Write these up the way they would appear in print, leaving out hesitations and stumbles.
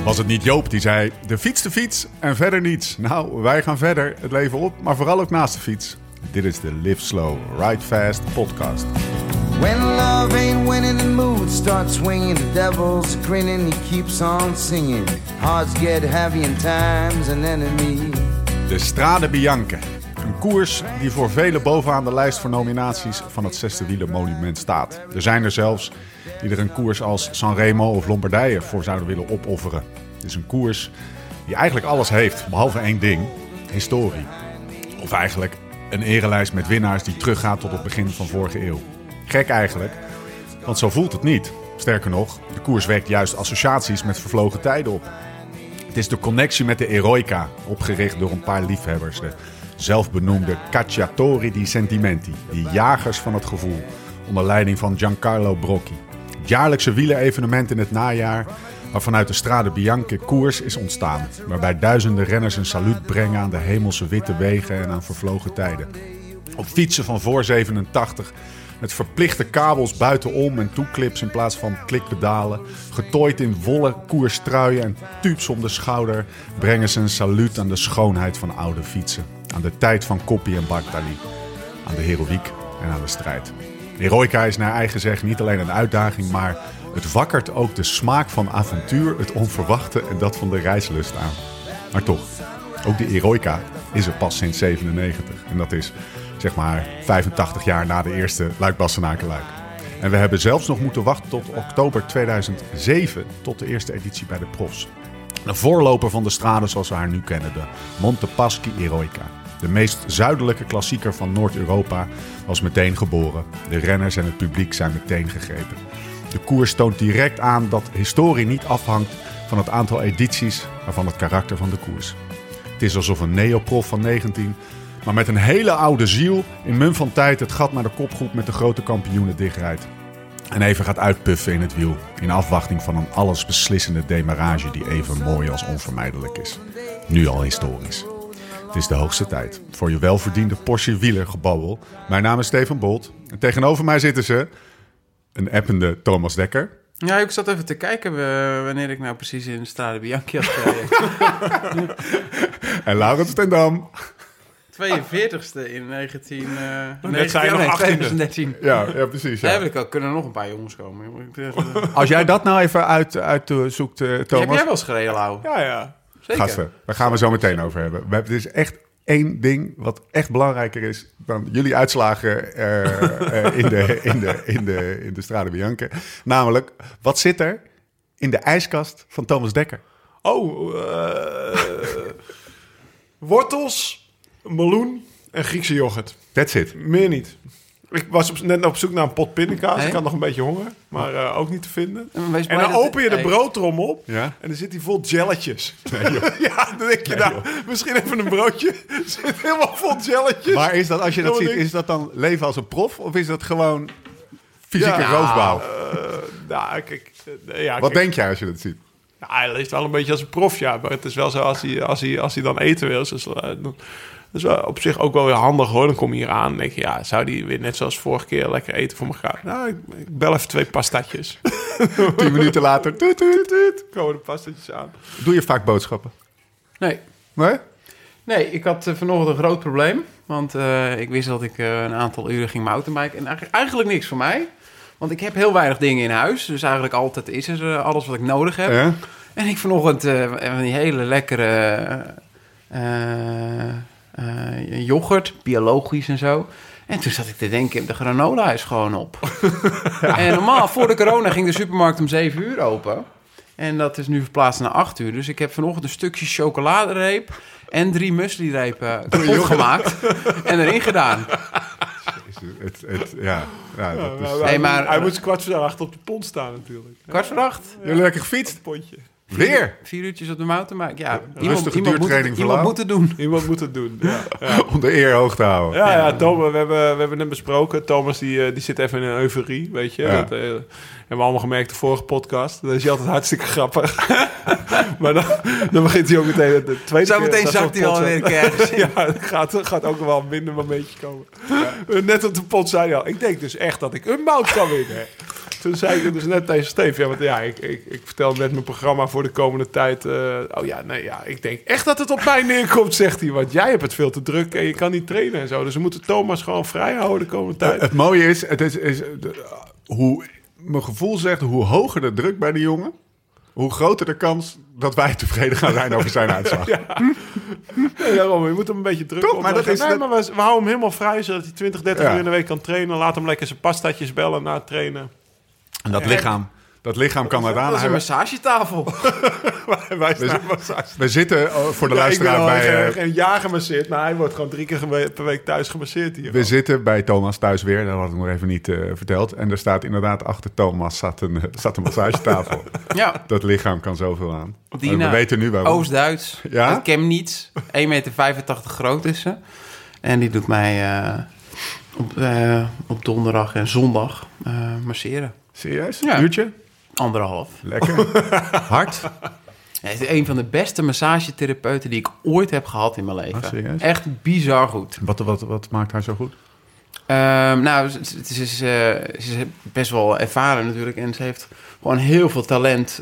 Was het niet Joop die zei, de fiets en verder niets. Nou, wij gaan verder, het leven op, maar vooral ook naast de fiets. Dit is de Live Slow, Ride Fast podcast. When love ain't winning, the mood starts swinging. The devil's grinning, he keeps on singing. Hearts get heavy and time's an enemy. De Strade Bianche. Een koers die voor velen bovenaan de lijst voor nominaties van het Zesde Wielermonument staat. Er zijn er zelfs die er een koers als Sanremo of Lombardije voor zouden willen opofferen. Het is een koers die eigenlijk alles heeft, behalve één ding: historie. Of eigenlijk een erelijst met winnaars die teruggaat tot het begin van vorige eeuw. Gek eigenlijk, want zo voelt het niet. Sterker nog, de koers wekt juist associaties met vervlogen tijden op. Het is de connectie met de Eroica, opgericht door een paar liefhebbers. De zelfbenoemde Cacciatori di Sentimenti, die jagers van het gevoel, onder leiding van Giancarlo Brocchi. Het jaarlijkse wielerevenement in het najaar, waarvanuit de Strade Bianche koers is ontstaan. Waarbij duizenden renners een saluut brengen aan de hemelse witte wegen en aan vervlogen tijden. Op fietsen van voor 87... met verplichte kabels buitenom en toeclips in plaats van klikpedalen. Getooid in wollen koerstruien en tubes om de schouder brengen ze een saluut aan de schoonheid van oude fietsen. Aan de tijd van Coppi en Bartali. Aan de heroïek en aan de strijd. Eroica is naar eigen zeg niet alleen een uitdaging, maar het wakkert ook de smaak van avontuur, het onverwachte en dat van de reislust aan. Maar toch, ook de Eroica is er pas sinds 97. En dat is zeg maar 85 jaar na de eerste Luik-Bastenaken-Luik. En we hebben zelfs nog moeten wachten tot oktober 2007... tot de eerste editie bij de profs. Een voorloper van de strade zoals we haar nu kennen, de Montepaschi Eroica. De meest zuidelijke klassieker van Noord-Europa was meteen geboren. De renners en het publiek zijn meteen gegrepen. De koers toont direct aan dat historie niet afhangt van het aantal edities, maar van het karakter van de koers. Het is alsof een neoprof van 19... maar met een hele oude ziel in mum van tijd het gat naar de kopgroep met de grote kampioenen dichtrijdt. En even gaat uitpuffen in het wiel, in afwachting van een allesbeslissende demarrage die even mooi als onvermijdelijk is. Nu al historisch. Het is de hoogste tijd voor je welverdiende Porsche wielergebabbel. Mijn naam is Steven Bolt en tegenover mij zitten ze een appende Thomas Dekker. Ja, ik zat even te kijken wanneer ik nou precies in de Strade Bianche had gereden. En Laurens ten Dam. 42ste in 2013. Ja, precies. Ja. Ja, kunnen er nog een paar jongens komen. Als jij dat nou even uitzoekt, Thomas. Heb jij wel eens gereden, Lau? Ja. Zeker. Gasten, daar gaan we zo meteen over hebben. We hebben dus echt één ding wat echt belangrijker is dan jullie uitslagen in de Strade Bianche. Namelijk, wat zit er in de ijskast van Thomas Dekker? Wortels, meloen en Griekse yoghurt. That's it. Meer niet. Ik was net op zoek naar een pot pindakaas. Nee? Ik had nog een beetje honger, maar ook niet te vinden. En dan open je de broodtrom op Ja? en dan zit hij vol jelletjes. Nee, joh. Ja, dan denk je misschien even een broodje. Zit helemaal vol jelletjes. Maar is dat, als je dat Dan ziet, denk ik- is dat dan leven als een prof? Of is dat gewoon fysieke roofbouw? Wat denk jij als je dat ziet? Ja, hij leeft wel een beetje als een prof, ja. Maar het is wel zo, als hij dan eten wil... Dat is wel op zich ook wel weer handig, hoor. Dan kom je hier aan en denk je... ja, zou die weer net zoals vorige keer lekker eten voor elkaar? Nou, ik bel even 2 pastatjes. 10 minuten later. Tuut, tuut, tuut. Komen de pastatjes aan. Doe je vaak boodschappen? Nee. Nee, ik had vanochtend een groot probleem. Want ik wist dat ik een aantal uren ging mountainbiken. En eigenlijk niks voor mij. Want ik heb heel weinig dingen in huis. Dus eigenlijk altijd is er alles wat ik nodig heb. Ja? En ik vanochtend van die hele lekkere yoghurt, biologisch en zo. En toen zat ik te denken, de granola is gewoon op. En normaal, voor de corona ging de supermarkt om 7 uur open. En dat is nu verplaatst naar 8 uur. Dus ik heb vanochtend een stukje chocoladereep en 3 muesli-repen kapot gemaakt en erin gedaan. Dat is... Nee, maar- Hij moet 7:15 op de pont staan natuurlijk. 7:15. Jullie lekker gefietst? Pontje. Weer? 4 uurtjes op de mountainbike. Ja, Rustige duurtraining voor iemand Lau. moet het doen. Iemand moet het doen. Ja. Om de eer hoog te houden. Ja, Thomas, we hebben net besproken. Thomas die zit even in een euforie, weet je. Ja. Dat hebben we allemaal gemerkt de vorige podcast. Dat is je altijd hartstikke grappig. Maar dan begint hij ook meteen de tweede Zo keer. meteen dat zakt zo'n hij pot alweer zat. ergens in. Ja, het gaat ook wel minder momentje komen. Net op de pot zei hij al. Ik denk dus echt dat ik Unbound kan winnen. Toen zei ik dus net tegen Steve... Ja, want ja, ik vertel net mijn programma voor de komende tijd. Ik denk echt dat het op mij neerkomt, zegt hij. Want jij hebt het veel te druk en je kan niet trainen en zo. Dus we moeten Thomas gewoon vrij houden de komende tijd. Het mooie is, hoe mijn gevoel zegt... hoe hoger de druk bij de jongen... hoe groter de kans dat wij tevreden gaan zijn over zijn uitslag. Ja. Nee, daarom, je moet hem een beetje druk op. Maar we houden hem helemaal vrij, zodat hij 20, 30 uur in de week kan trainen. Laat hem lekker zijn pastaatjes bellen na het trainen. En dat lichaam kan het aan. Dat is een massagetafel. We zitten voor de luisteraar bij... geen jaar gemasseerd, maar hij wordt gewoon 3 keer per week thuis gemasseerd hier. We zitten bij Thomas thuis weer. Dat had ik nog even niet verteld. En er staat inderdaad achter Thomas zat een massagetafel. Ja. Dat lichaam kan zoveel aan. Dina, we weten nu waarom. Oost-Duits. Ja? Uit Chemnitz. 1,85 meter groot is ze. En die doet mij op donderdag en zondag masseren. Serieus? Ja. Uurtje? 1,5. Lekker. Hard? Hij is een van de beste massagetherapeuten die ik ooit heb gehad in mijn leven. Oh, serieus? Echt bizar goed. Wat maakt haar zo goed? Ze is best wel ervaren natuurlijk. En ze heeft gewoon heel veel talent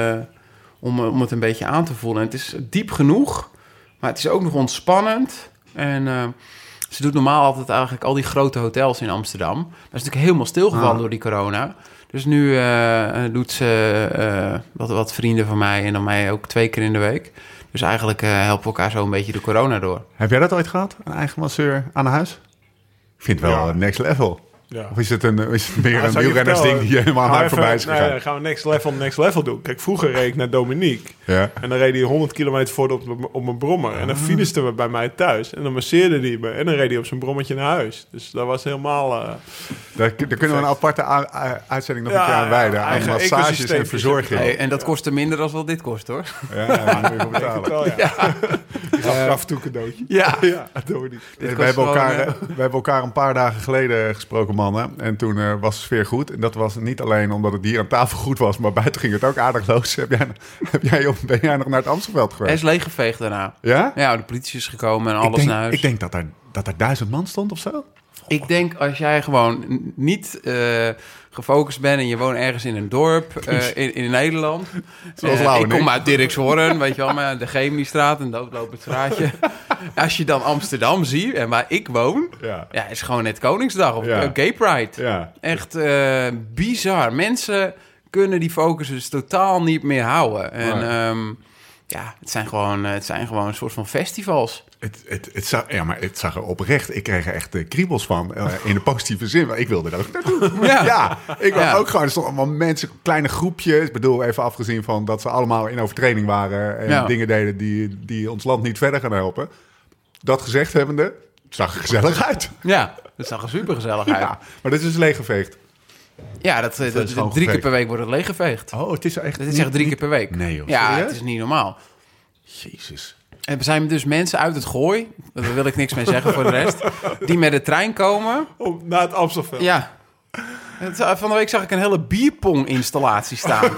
om het een beetje aan te voelen. En het is diep genoeg, maar het is ook nog ontspannend. En ze doet normaal altijd eigenlijk al die grote hotels in Amsterdam. Dat is natuurlijk helemaal stilgevallen door die corona. Dus nu doet ze wat vrienden van mij en dan mij ook 2 keer in de week. Dus eigenlijk helpen we elkaar zo een beetje de corona door. Heb jij dat ooit gehad? Een eigen masseur aan huis? Ik vind het wel next level. Ja. Of is het meer een wielrennersding die je helemaal naar voorbij is gegaan? Nee, gaan we next level doen. Kijk, vroeger reed ik naar Dominique. Ja. En dan reed hij 100 kilometer voor op mijn brommer. En dan finissten we bij mij thuis. En dan masseerde hij me. En dan reed hij op zijn brommetje naar huis. Dus dat was helemaal... Daar kunnen we een aparte uitzending nog een keer aan wijden. Aan massages en verzorging. Hey, en dat kostte minder dan wat dit kost, hoor. Ja, moet je betalen. Ik gaf af en toe een cadeautje. Ja. Dat doen we niet. We hebben elkaar een paar dagen geleden gesproken, mannen. En toen was de sfeer goed. En dat was niet alleen omdat het hier aan tafel goed was, maar buiten ging het ook aardig los. Ben jij nog naar het Amstelveld geweest? Hij is leeggeveegd daarna. Ja? Ja, de politie is gekomen en alles naar huis. Ik denk dat er 1000 man stond of zo. Ik denk als jij gewoon niet gefocust bent en je woont ergens in een dorp in Nederland. Ik kom uit Dirkshoorn, weet je wel, maar de Chemiestraat en doodlopend straatje. Als je dan Amsterdam ziet en waar ik woon, is gewoon net Koningsdag of Gay Pride. Ja. Echt bizar. Mensen kunnen die focus dus totaal niet meer houden. En het zijn gewoon een soort van festivals. Het zag er oprecht... Ik kreeg er echt kriebels van, in de positieve zin. Maar ik wilde daar ook naartoe. Ik was ook gewoon... Er stonden allemaal mensen, kleine groepjes. Ik bedoel, even afgezien van dat ze allemaal in overtreding waren... en dingen deden die ons land niet verder gaan helpen. Dat gezegd hebbende, het zag er gezellig uit. Ja, het zag er super gezellig uit. Ja, maar dit is leeggeveegd. Ja, dat 3 keer per week wordt het leeggeveegd. Oh, het is echt... Het is echt 3 keer per week. Nee, joh. Ja, serieus? het is niet normaal. Jezus. Er zijn dus mensen uit het Gooi, daar wil ik niks mee zeggen voor de rest, die met de trein komen. Naar het Amstelveld. Ja. Van de week zag ik een hele bierpong-installatie staan.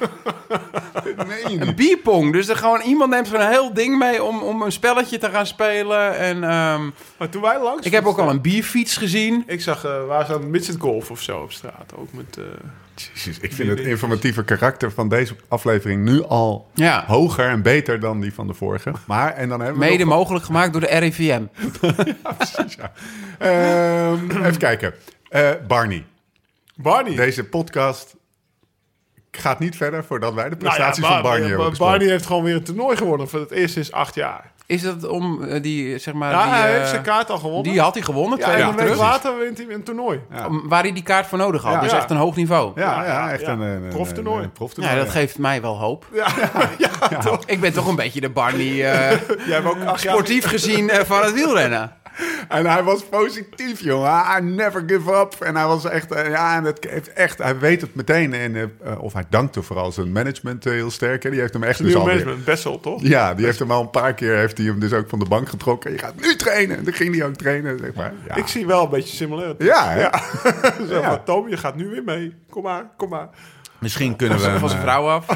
Nee, een bierpong. Dus er gewoon iemand neemt gewoon een heel ding mee om een spelletje te gaan spelen. En, maar toen wij langs... Ik heb ook al een bierfiets gezien. Ik zag waar ze aan midget golf of zo op straat. Ook met... Jezus, ik vind het informatieve karakter van deze aflevering nu al hoger en beter dan die van de vorige. Maar, en dan hebben we mede mogelijk gemaakt door de RIVM. Ja, precies, ja. Even kijken. Barney. Deze podcast gaat niet verder voordat wij de prestaties van Barney hebben besproken. Barney heeft gewoon weer een toernooi gewonnen voor het eerst sinds 8 jaar. Is dat om die, zeg maar... Ja, hij heeft zijn kaart al gewonnen. Die had hij gewonnen, 2 jaar terug. Een week later wint hij een toernooi. Ja. Waar hij die kaart voor nodig had. Dus echt een hoog niveau. Ja, echt een proftoernooi. Ja, dat geeft mij wel hoop. Ja, toch? Ik ben toch een beetje de Barney Jij ook sportief gezien van het wielrennen. En hij was positief, jongen. I never give up. En hij was echt... en het heeft echt... Hij weet het meteen. En, of hij dankte vooral zijn management heel sterk. Hè. Die heeft hem echt dus alweer... management, Bessel, toch? Ja, die heeft hem al een paar keer... Heeft hij hem dus ook van de bank getrokken. Je gaat nu trainen. En dan ging hij ook trainen. Zeg maar. Ja. Ik zie wel een beetje similarities. Ja, hè? Zo van, Tom, je gaat nu weer mee. Kom maar. Misschien kunnen we... Van zijn vrouw af.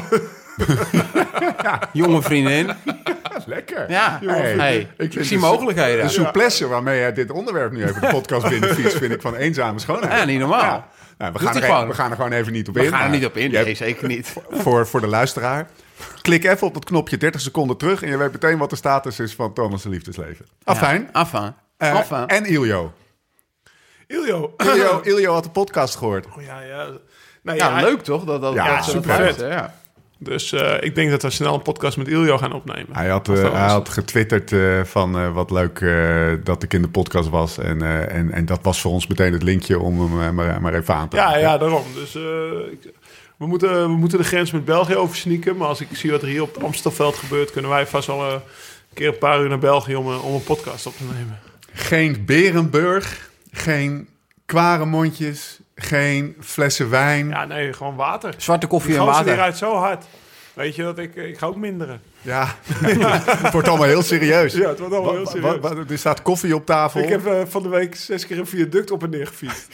Jonge vriendin. Lekker. Ja, ik zie mogelijkheden. De souplesse waarmee hij dit onderwerp nu even de podcast binnenfietst... vind ik van eenzame schoonheid. Ja, niet normaal. Ja, we gewoon. gaan er gewoon even niet op in. We gaan er maar niet op in, je hebt- nee, zeker niet. Voor de luisteraar. Klik even op het knopje 30 seconden terug... en je weet meteen wat de status is van Thomas' liefdesleven. Afijn. Enfin. En Iljo. Iljo had de podcast gehoord. Oh, ja. Nee, Ja, ja, leuk toch? Dat Ja, super vet. Ja. Dus ik denk dat we snel een podcast met Iljo gaan opnemen. Hij had getwitterd van wat leuk dat ik in de podcast was. En dat was voor ons meteen het linkje om hem maar even aan te raken. Ja, daarom. Dus we moeten de grens met België oversneaken. Maar als ik zie wat er hier op het Amstelveld gebeurt... kunnen wij vast wel een keer een paar uur naar België om een podcast op te nemen. Geen Berenburg, geen Kwaremondjes, geen flessen wijn. Ja, nee, gewoon water. Zwarte koffie Die en gozer die water. rijdt zo hard. Weet je, dat ik ga ook minderen. Ja, het wordt allemaal heel serieus. Ja, het wordt allemaal heel serieus. Er staat koffie op tafel. Ik heb van de week 6 keer een viaduct op en neer gefietst.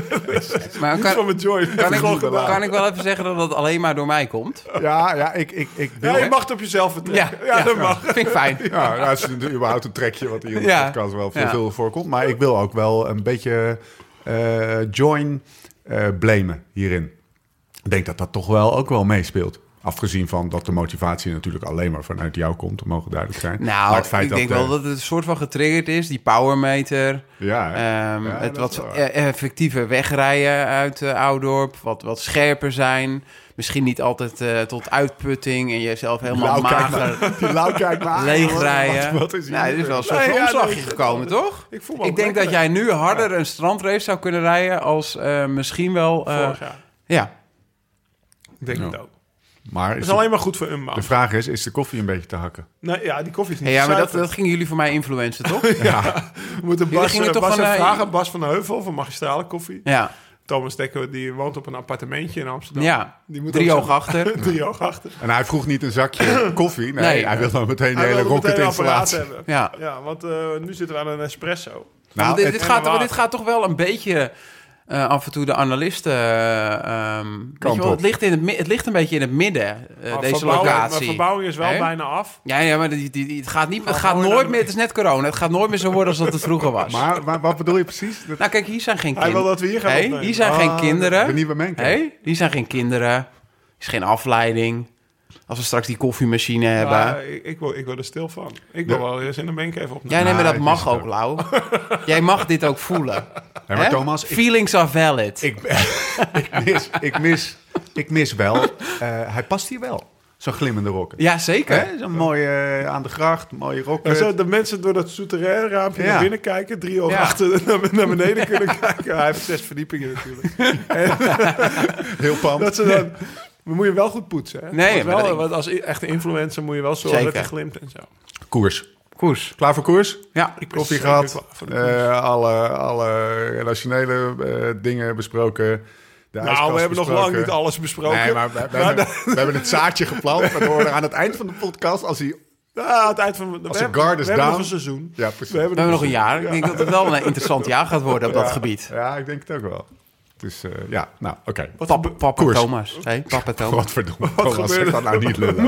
Maar Niet van mijn joy. kan ik wel even zeggen dat dat alleen maar door mij komt? Ja, ik wil... Ja, je mag het op jezelf vertrekken. Ja, dat mag. Vind ik fijn. Ja, dat is überhaupt een trekje wat hier in de Ja. podcast wel Ja. veel voorkomt. Maar ik wil ook wel een beetje join blamen hierin. Ik denk dat dat toch ook wel meespeelt. Afgezien van dat de motivatie natuurlijk alleen maar vanuit jou komt, dat mogen duidelijk zijn. Maar Nou, het feit ik denk wel dat het een soort van getriggerd is. Die powermeter. Ja, hè? Ja, Het dat is wat wel effectiever wegrijden uit Oudorp. Wat scherper zijn. Misschien niet altijd tot uitputting. En jezelf helemaal mager Die lauw kijkt me aan. leegrijden. Wat is hier? Nou, er is wel een soort Nee, van ja, omslagje nee, gekomen, toch? Ik voel me ook Ik denk lekker. dat jij nu harder een strandrace zou kunnen rijden als misschien wel... Vorig jaar. ja. Ik denk Ja. het ook. Maar Het is is het- alleen maar goed voor Unbound. de vraag is de koffie een beetje te hakken? Nee, ja, die koffie is niet Hey, ja, maar zuiver. dat gingen jullie voor mij influencen, toch? We moeten Jullie Bas, gingen toch Bas van, even vragen. Bas van de Heuvel van Magistrale Koffie. Ja. Thomas Dekker, die woont op een appartementje in Amsterdam. Ja. Die moet 3 ook oog zo- achter. 3 oog achter. En hij vroeg niet een zakje koffie. Nee, Nee. hij wil dan meteen de Hij hele wilde meteen een apparaat rocketinstallatie. hebben. Ja. Ja, want nu zitten we aan een espresso. Nou, dit, het- dit, gaat, water. dit gaat toch wel een beetje af en toe de analisten... weet je wel, op. het ligt een beetje in het midden, Maar deze verbouwing- locatie. Maar verbouwing is wel Hè? bijna af. Ja, maar het gaat, niet, het gaat gewoon nooit naar- meer... Het is net corona. Het gaat nooit meer zo worden als dat het vroeger was. maar wat bedoel je precies? Nou, kijk, hier zijn geen Hij wil kinderen. dat we hier gaan opnemen. Hier zijn geen kinderen. De nieuwe Menke. Hier zijn geen kinderen. Er is geen afleiding. Als we straks die koffiemachine hebben. Ja, ik word er stil van. Ik wil wel eens in een bank even opnemen. Ja, nee, maar Nou, dat ik mag wist het ook, Lau. Jij mag dit ook voelen. Ja, maar Hè? Thomas, Feelings are valid. ik mis wel. Hij past hier wel. Zo'n glimmende rokken. Ja, zeker. Hè? Zo'n mooie aan de gracht, mooie rokken. Ja, zo de mensen door dat souterrain raampje Ja. naar binnen kijken. 3 oog Ja. achter naar beneden kunnen kijken. Hij heeft 6 verdiepingen natuurlijk. Heel pand. Dat ze dan... Maar moet je wel goed poetsen. Hè? Nee, want, maar wel, dat- want als echte influencer moet je wel zorgen Zeker. dat je glimt en zo. Koers. Koers. Klaar voor koers? Ja. Ik ben Koffie zeker gehad. klaar voor de koers. Alle relationele dingen besproken. De Nou, ijskast we hebben nog besproken. lang niet alles besproken. Nee, maar we hebben het zaadje geplant. Waardoor er aan het eind van de podcast, als hij... Ja, aan het eind van... Als de guard is we hebben nog down. een seizoen. Ja, precies. We hebben nog een jaar. Ik denk dat het wel een interessant jaar gaat worden op dat gebied. Ja, ik denk het ook wel. Dus ja, nou, oké. Papa Koers. Thomas. Hey, papa Thomas. Godverdomme, Thomas, gebeurde zeg dat nou niet lullen.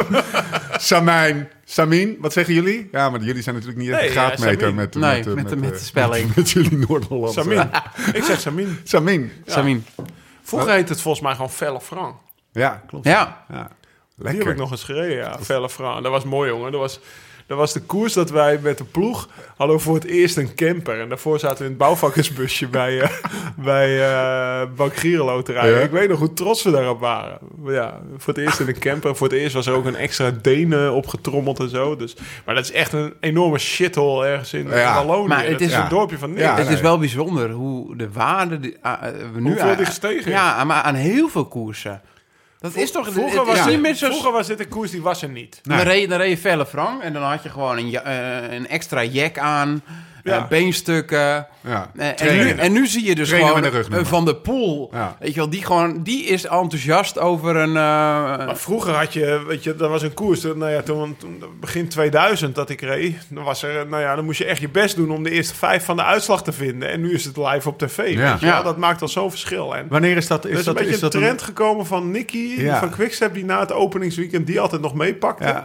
Samijn, wat zeggen jullie? Ja, maar jullie zijn natuurlijk niet echt Nee, een graadmeter Samin. met Nee, met de spelling. Met jullie Noord-Hollandse. Samin. Ik zeg Samin. Samin. Samin. Vroeger heette het volgens mij gewoon Felle Franc. Ja, klopt. Ja. Ja. Die Lekker. heb ik nog eens gereden, ja. Felle Franc. Dat was mooi, jongen. Dat was de koers dat wij met de ploeg hadden we voor het eerst een camper. En daarvoor zaten we in het bouwvakkersbusje bij Bank Giro Loterij. Ja. Ik weet nog hoe trots we daarop waren. Maar ja, voor het eerst in een camper. Voor het eerst was er ook een extra Denen opgetrommeld en zo. Dus, maar dat is echt een enorme shithole ergens in Ja. Wallonië. Maar het Dat is- een ja. dorpje van niks. Ja, Het nee. is wel bijzonder hoe de waarde... we nu Hoeveel die gestegen is. Ja, maar aan heel veel koersen. Dat is toch... Vroeger het is was, niet meer zo... vroeger was dit een koers, die was er niet. Nee. Dan reed je Felle Franc en dan had je gewoon een extra jack aan, Ja. beenstukken. Ja. En nu zie je dus Trainen gewoon met een rugnummer. Van de Poel. Ja. Weet je wel, die is enthousiast over een... Maar vroeger had je, weet je, dat was een koers. Nou ja, toen begin 2000 dat ik reed, dan was er, nou ja, dan moest je echt je best doen om de eerste 5 van de uitslag te vinden. En nu is het live op tv. Ja. Weet je wel? Ja. Dat maakt al zo'n verschil. En Wanneer is dat? er is een beetje een trend gekomen van Nicky Ja. van Quickstep die na het openingsweekend die altijd nog meepakte. Ja.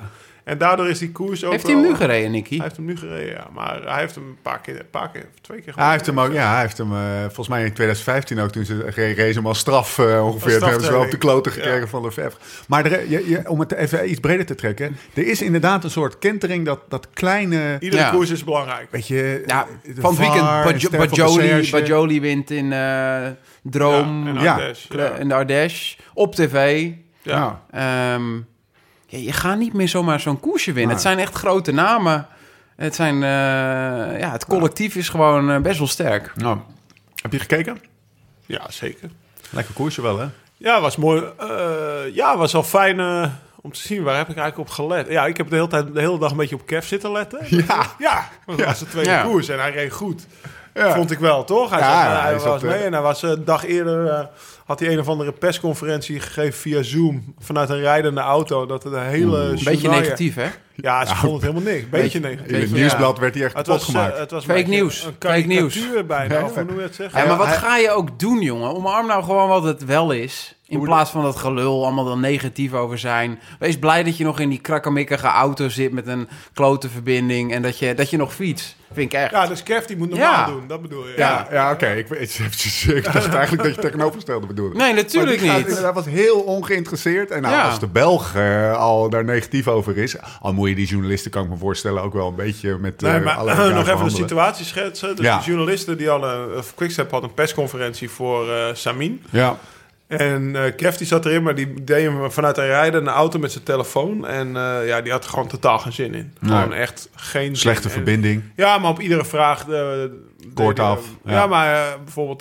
En daardoor is die koers ook Heeft hij hem nu gereden, Nicky? Hij heeft hem nu gereden, ja. Maar hij heeft hem een paar keer, 2 keer Hij heeft hem ook, hij heeft hem volgens mij in 2015 ook, toen ze race hem als straf ongeveer. Toen hebben ze wel op de kloten gekregen van Lefevre. Maar om het even iets breder te trekken, er is inderdaad een soort kentering dat kleine... Iedere koers is belangrijk. Weet je, van het weekend Bajoli wint in Droom, in de Ardèche, op tv. Ja. Je gaat niet meer zomaar zo'n koersje winnen. Nee. Het zijn echt grote namen. Het zijn, het collectief is gewoon best wel sterk. Nou, heb je gekeken? Ja, zeker. Lekker koersje wel, hè? Ja, was mooi. Was wel fijn om te zien. Waar heb ik eigenlijk op gelet? Ja, ik heb de hele dag een beetje op Kev zitten letten. Ja, want dat was de tweede koers en hij reed goed. Ja. Vond ik wel, toch? Hij was mee en hij was een dag eerder... had hij een of andere persconferentie gegeven via Zoom... vanuit een rijdende auto. Dat het een hele... Een beetje negatief, hè? Ja, ze vonden het helemaal niks. Beetje negatief. In het nieuwsblad werd hij echt kapot gemaakt. Het was fake nieuws. Een karikatuur bijna, of hoe je het zeggen. Ja, maar wat ga je ook doen, jongen? Omarm nou gewoon wat het wel is. In plaats van dat gelul, allemaal er negatief over zijn. Wees blij dat je nog in die krakkemikkige auto zit... met een klote verbinding en dat je nog fietst. Vind ik echt. Ja, dus Kev die moet normaal doen. Dat bedoel je. Ja, oké. Ik dacht eigenlijk dat je tegenovergestelde bedoelde. Nee, natuurlijk niet. Hij was heel ongeïnteresseerd. En als de Belg al daar negatief over is... al moet je die journalisten, kan ik me voorstellen... ook wel een beetje met nog even de situatie schetsen. Dus de journalisten die hadden... Quickstep had een persconferentie voor Samin. Ja. En Kev die zat erin, maar die deed hem vanuit een rijdende auto met zijn telefoon. En die had er gewoon totaal geen zin in. Gewoon echt geen slechte verbinding. Ja, maar op iedere vraag... Kort af. Ja, maar bijvoorbeeld...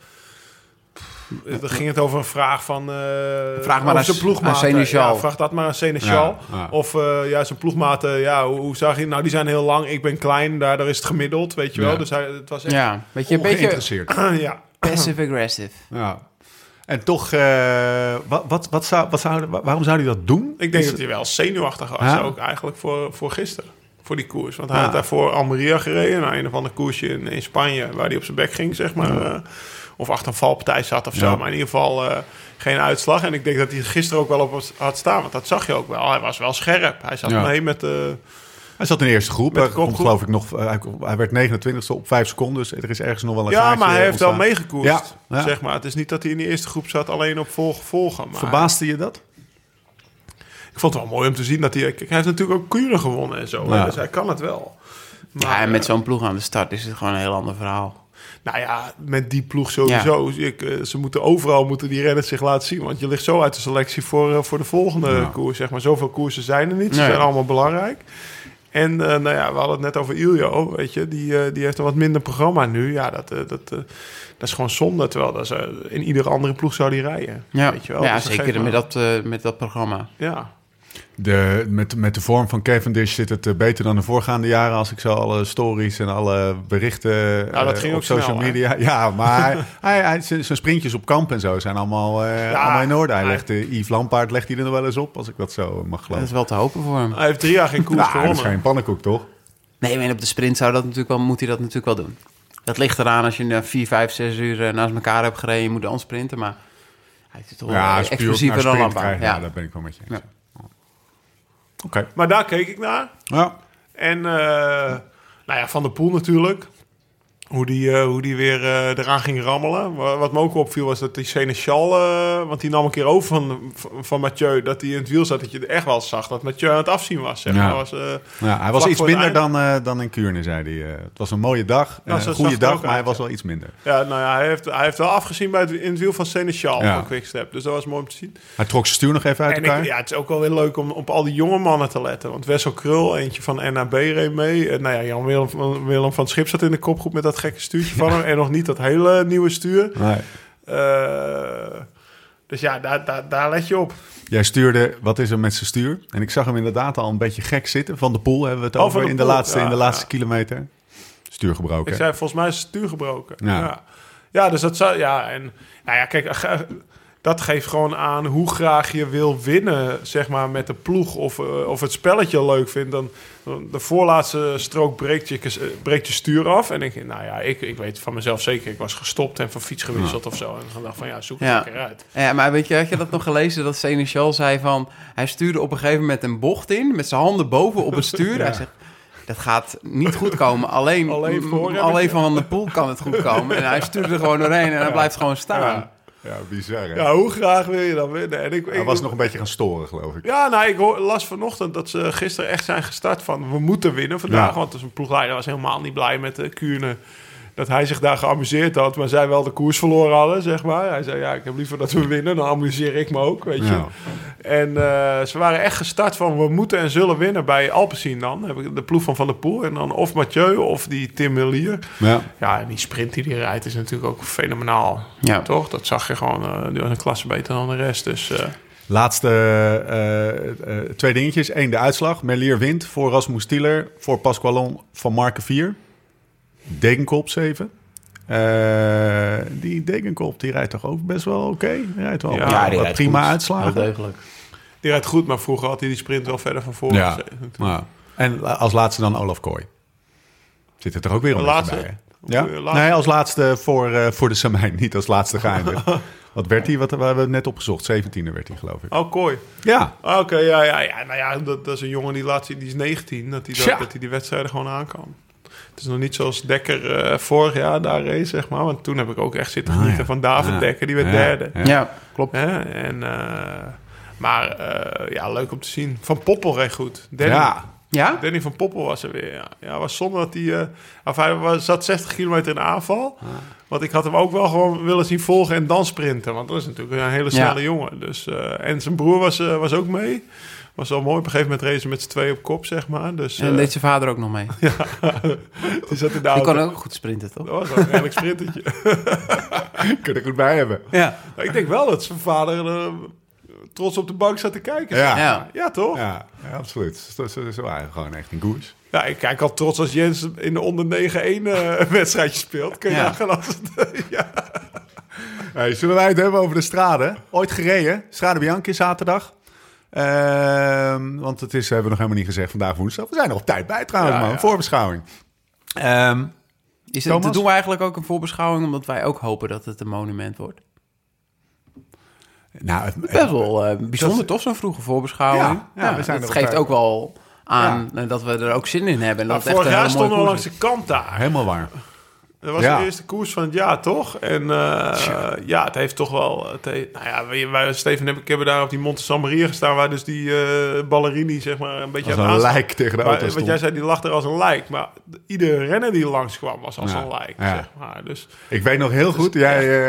dan ging het over een vraag van... vraag maar zijn ploegmaat. Ja, vraag dat maar aan Seneschal. Ja. Of zijn ploegmaten, hoe zag je... Nou, die zijn heel lang, ik ben klein, daardoor is het gemiddeld, weet je wel. Dus het was echt weet je, een beetje geïnteresseerd. Passive-aggressive. Ja. En toch, waarom zou hij dat doen? Ik denk dat hij wel zenuwachtig was, ook eigenlijk voor gisteren. Voor die koers. Want hij had daarvoor Almeria gereden. Nou, een of ander koersje in Spanje, waar hij op zijn bek ging, zeg maar. Of achter een valpartij zat of zo. Maar in ieder geval geen uitslag. En ik denk dat hij gisteren ook wel op had staan. Want dat zag je ook wel. Hij was wel scherp. Hij zat mee met... Hij zat in de eerste groep. Hij komt, geloof ik, nog. Hij werd 29ste op 5 seconden. Dus er is ergens nog wel een gaatje. Ja, maar hij heeft wel meegekoerst. Ja. Zeg maar. Het is niet dat hij in de eerste groep zat alleen op volgen. Maar verbaasde je dat? Ik vond het wel mooi om te zien dat hij... Hij heeft natuurlijk ook Kuren gewonnen en zo. Ja. Dus hij kan het wel. Maar, en met zo'n ploeg aan de start is het gewoon een heel ander verhaal. Nou ja, met die ploeg sowieso. Ja. Ze moeten overal die renners zich laten zien. Want je ligt zo uit de selectie voor de volgende koers. Zeg maar. Zoveel koersen zijn er niet. Ze zijn allemaal belangrijk. En we hadden het net over Iljo, weet je. Die heeft een wat minder programma nu. Ja, dat is gewoon zonde. Terwijl in iedere andere ploeg zou die rijden. Ja, weet je wel. Ja, dus zeker met dat programma. Ja. Met de vorm van Cavendish zit het beter dan de voorgaande jaren... als ik zo alle stories en alle berichten op social media... Hè? Ja, maar zijn sprintjes op kamp en zo zijn allemaal in orde. Yves Lampaard legt hij er nog wel eens op, als ik dat zo mag geloven. Dat is wel te hopen voor hem. Hij heeft 3 jaar geen koers gewonnen. Dat is geen pannenkoek, toch? Nee, maar op de sprint moet hij dat natuurlijk wel doen. Dat ligt eraan als je 4, 5, 6 uur naast elkaar hebt gereden... je moet dan sprinten, maar hij is toch wel explosiever dan Lampaard. Ja, daar ben ik wel met je eens. Ja. Okay. Maar daar keek ik naar. Ja. En Van der Poel natuurlijk. Hoe die weer eraan ging rammelen. Wat me ook opviel was dat die Seneschal... want die nam een keer over van Mathieu... dat hij in het wiel zat, dat je echt wel zag... dat Mathieu aan het afzien was. Zeg. Hij was iets minder dan in Kuurne, zei hij. Het was een mooie dag, een goede dag... maar hij was wel iets minder. Ja, hij heeft wel afgezien in het wiel van Seneschal... van Quickstep. Dus dat was mooi om te zien. Hij trok zijn stuur nog even uit elkaar. Het is ook wel weer leuk om op al die jonge mannen te letten. Want Wessel Krul, eentje van NAB, reed mee. Jan Willem van het Schip zat in de kopgroep... met dat gekke stuurtje van hem en nog niet dat hele nieuwe stuur. Nee. Dus ja, daar let je op. Jij stuurde, wat is er met zijn stuur? En ik zag hem inderdaad al een beetje gek zitten. Van de Poel hebben we het over in de laatste kilometer. Stuur gebroken. Ik zei volgens mij is het stuur gebroken. Ja, dus dat zou... Ja, en nou ja, kijk... dat geeft gewoon aan hoe graag je wil winnen, zeg maar, met de ploeg. Of het spelletje leuk vindt. Dan de voorlaatste strook breekt je stuur af. En denk je, nou ja, ik weet van mezelf zeker. Ik was gestopt en van fiets gewisseld of zo. En dan dacht van, zoek het een keer uit. Ja, maar weet je, had je dat nog gelezen? Dat Seneschal zei van... Hij stuurde op een gegeven moment een bocht in... met zijn handen boven op het stuur. Hij zegt... Dat gaat niet goed komen. Alleen van Van der Poel kan het goed komen. En hij stuurt er gewoon doorheen en hij blijft gewoon staan. Ja, bizar, hè? Ja, hoe graag wil je dan winnen? En hij was nog een beetje gaan storen, geloof ik. Ja, nou, ik las vanochtend dat ze gisteren echt zijn gestart van... we moeten winnen vandaag, want dus een ploegleider was helemaal niet blij met Kuurne... dat hij zich daar geamuseerd had, maar zij wel de koers verloren hadden, zeg maar. Hij zei, ik heb liever dat we winnen, dan amuseer ik me ook, weet je. Ja. En ze waren echt gestart van, we moeten en zullen winnen bij Alpecin dan. Heb ik de ploeg van der Poel en dan of Mathieu of die Tim Merlier. Ja, en die sprint die rijdt is natuurlijk ook fenomenaal, toch? Dat zag je gewoon, die was een klasse beter dan de rest, dus... Laatste 2 dingetjes. 1, de uitslag. Merlier wint voor Rasmus Tieler, voor Pasqualon van Marke 4. Degenkop 7. Die Degenkop, die rijdt toch ook best wel oké? Die rijdt wel die rijdt prima goed. Uitslagen. Heel degelijk. Die rijdt goed, maar vroeger had hij die sprint wel verder van voren gezeten. Ja. En als laatste dan Olaf Kooi. Zit er toch ook weer een beetje bij, hè? Ja? Nee, als laatste voor de Samijn. Niet als laatste geëindigd. Wat werd hij? Wat hebben we net opgezocht? 17e werd hij, geloof ik. Oh, Kooi. Ja. Oké, ja. Nou ja, dat is een jongen die is 19. Dat hij die wedstrijden gewoon aan kan. Het is nog niet zoals Dekker vorig jaar daar race, zeg maar. Want toen heb ik ook echt zitten genieten van David Dekker. Die werd derde. Ja, klopt. Maar leuk om te zien. Van Poppel reed goed. Danny van Poppel was er weer. Ja, was zonder dat hij zat 60 kilometer in de aanval. Want ik had hem ook wel gewoon willen zien volgen en dan sprinten. Want dat is natuurlijk een hele snelle jongen. Dus, en zijn broer was ook mee. Was wel mooi. Op een gegeven moment racen met z'n 2 op kop, zeg maar. Dus, en deed zijn vader ook nog mee. Ja, die zat in de auto. Die kon ook goed sprinten, toch? Dat was wel een redelijk sprintertje. Kun je er goed bij hebben. Ja. Nou, ik denk wel dat zijn vader trots op de bank zat te kijken. Ja toch? Ja, absoluut. Ze waren gewoon echt in koers. Ja, ik kijk al trots als Jens in de onder 9-1 wedstrijdje speelt. Kun je nagaan als het... Hey, zullen wij het hebben over de Strade? Ooit gereden. Strade Bianchi zaterdag. Want het is, hebben we nog helemaal niet gezegd, vandaag woensdag. We zijn er op tijd bij trouwens, man. Voorbeschouwing. Doen we eigenlijk ook een voorbeschouwing, omdat wij ook hopen dat het een monument wordt? Nou, best wel bijzonder tof, zo'n vroege voorbeschouwing. Het geeft ook wel aan dat we er ook zin in hebben. En vorig jaar stonden we langs de kant daar. Helemaal waar. Dat was de eerste koers van het jaar, toch? En het heeft toch wel... wij, Steven en ik hebben daar op die Monte San Maria gestaan... waar dus die ballerini, zeg maar, een beetje... Als een lijk tegen de auto stond. Wat jij zei, die lag er als een lijk. Maar iedere renner die langskwam was als een lijk, zeg maar. Dus, ik weet nog heel goed,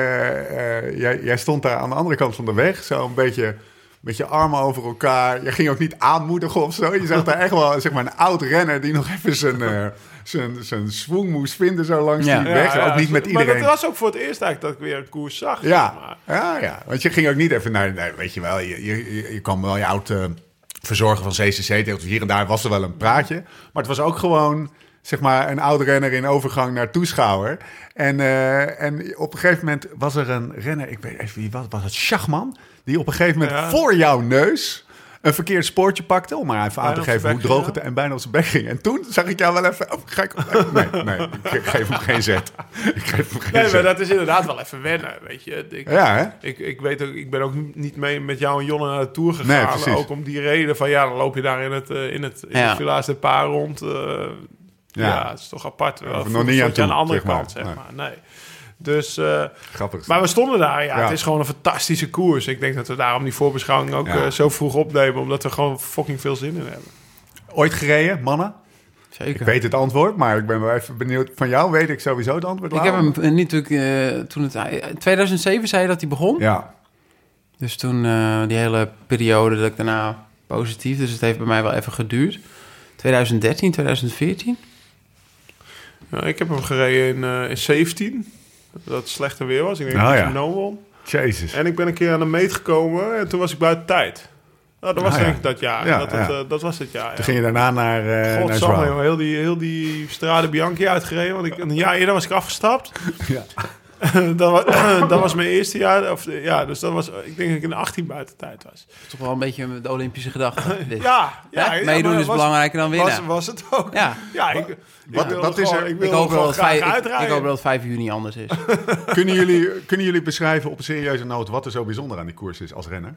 jij stond daar aan de andere kant van de weg... zo een beetje... met je armen over elkaar. Je ging ook niet aanmoedigen of zo. Je zag daar echt wel, zeg maar, een oud renner... die nog even zijn swing moest vinden zo langs die weg. Ook niet met iedereen. Maar dat was ook voor het eerst eigenlijk dat ik weer een koers zag. Ja. Want je ging ook niet even naar... Nee, weet je wel, je kwam wel je oud verzorger van CCC tegen. Hier en daar was er wel een praatje. Maar het was ook gewoon... zeg maar een oude renner in overgang naar toeschouwer. En op een gegeven moment was er een renner... ik weet even wie was het, Schachman... die op een gegeven moment voor jouw neus... een verkeerd spoortje pakte... om maar even aan te geven hoe droog het... en bijna op zijn bek ging. En toen zag ik jou wel even... Nee, ik geef hem geen zet. Maar dat is inderdaad wel even wennen, weet je. Ik weet ook, ik ben ook niet mee met jou en Jonne naar de Tour gegaan. Nee, ook om die reden van... dan loop je daar in het Village de Paar rond... het is toch apart. Nog niet aan de andere kant, zeg maar. Nee. Dus, grappig. Maar we stonden daar. Het is gewoon een fantastische koers. Ik denk dat we daarom die voorbeschouwing ook zo vroeg opnemen. Omdat we gewoon fucking veel zin in hebben. Ooit gereden, mannen? Zeker. Ik weet het antwoord, maar ik ben wel even benieuwd. Van jou weet ik sowieso het antwoord. Ik heb hem natuurlijk... toen in 2007 zei je dat hij begon. Ja. Dus toen die hele periode dat ik daarna positief... Dus het heeft bij mij wel even geduurd. 2013, 2014... Ja, ik heb hem gereden in 17. Dat het slechter weer was. Ik denk dat hij won. Jezus. En ik ben een keer aan de meet gekomen en toen was ik buiten tijd. Nou, dat was denk ik dat jaar. Dat was het jaar. Toen ging je daarna naar Zwaar. Heel die Strade Bianchi uitgereden. Want een jaar eerder was ik afgestapt. Dat was mijn eerste jaar. Dus dat was, ik denk dat ik in 18 buitentijd was. Dat is toch wel een beetje de Olympische gedachte. Meedoen is belangrijker dan winnen. Was het ook. Ja. Ik hoop wel dat het 5 juni anders is. Kunnen jullie beschrijven op een serieuze noot wat er zo bijzonder aan die koers is als renner?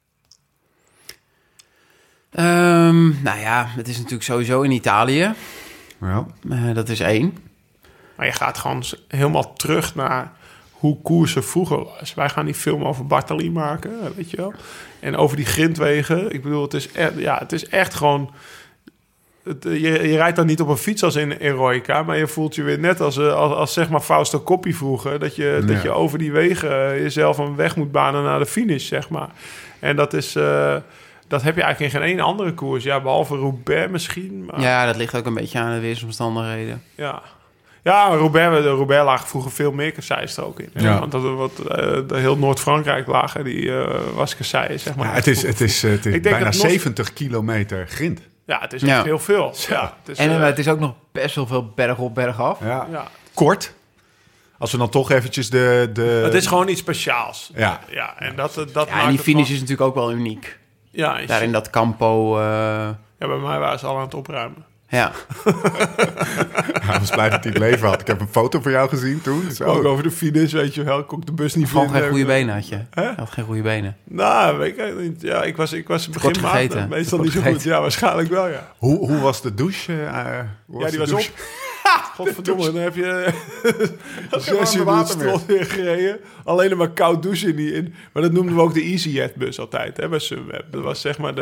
Het is natuurlijk sowieso in Italië. Ja. Dat is 1. Maar je gaat gewoon helemaal terug naar hoe koersen vroeger was. Wij gaan die film over Bartali maken, weet je wel. En over die grindwegen. Ik bedoel, het is echt gewoon... Je rijdt dan niet op een fiets als in Eroica, maar je voelt je weer net als zeg maar Fausto Coppi vroeger. Dat je over die wegen jezelf een weg moet banen naar de finish, zeg maar. En dat is... dat heb je eigenlijk in geen één andere koers. Ja, behalve Roubaix misschien. Maar... Ja, dat ligt ook een beetje aan de weersomstandigheden. Ja, Roubaix lag vroeger veel meer kasseistroken in. Ja. Want heel Noord-Frankrijk lagen, die was kasseien, zeg maar. Ja, het is bijna 70 kilometer grind. Ja, het is echt heel veel. Ja, het is ook nog best wel veel berg op, berg af. Ja. Kort. Als we dan toch eventjes de... Het is gewoon iets speciaals. Ja. En en die finish is natuurlijk ook wel uniek. Ja, daar in dat Campo... Ja, bij mij waren ze al aan het opruimen. Ja. Hij was blij dat hij het leven had. Ik heb een foto van jou gezien toen. Zo. Ook over de finish, weet je wel. Ik kon de bus niet vinden. Gewoon geen goede benen had je. Hij had geen goede benen. Nou, weet ik niet. Ja, ik was begin maand meestal niet zo goed. Ja, waarschijnlijk wel, ja. Hoe was de douche? Die was op. Godverdomme, dan heb je 6 uur de strot weer gereden. Alleen maar koud douchen in. Maar dat noemden we ook de EasyJet-bus altijd, hè, bij Sunweb. Dat was zeg maar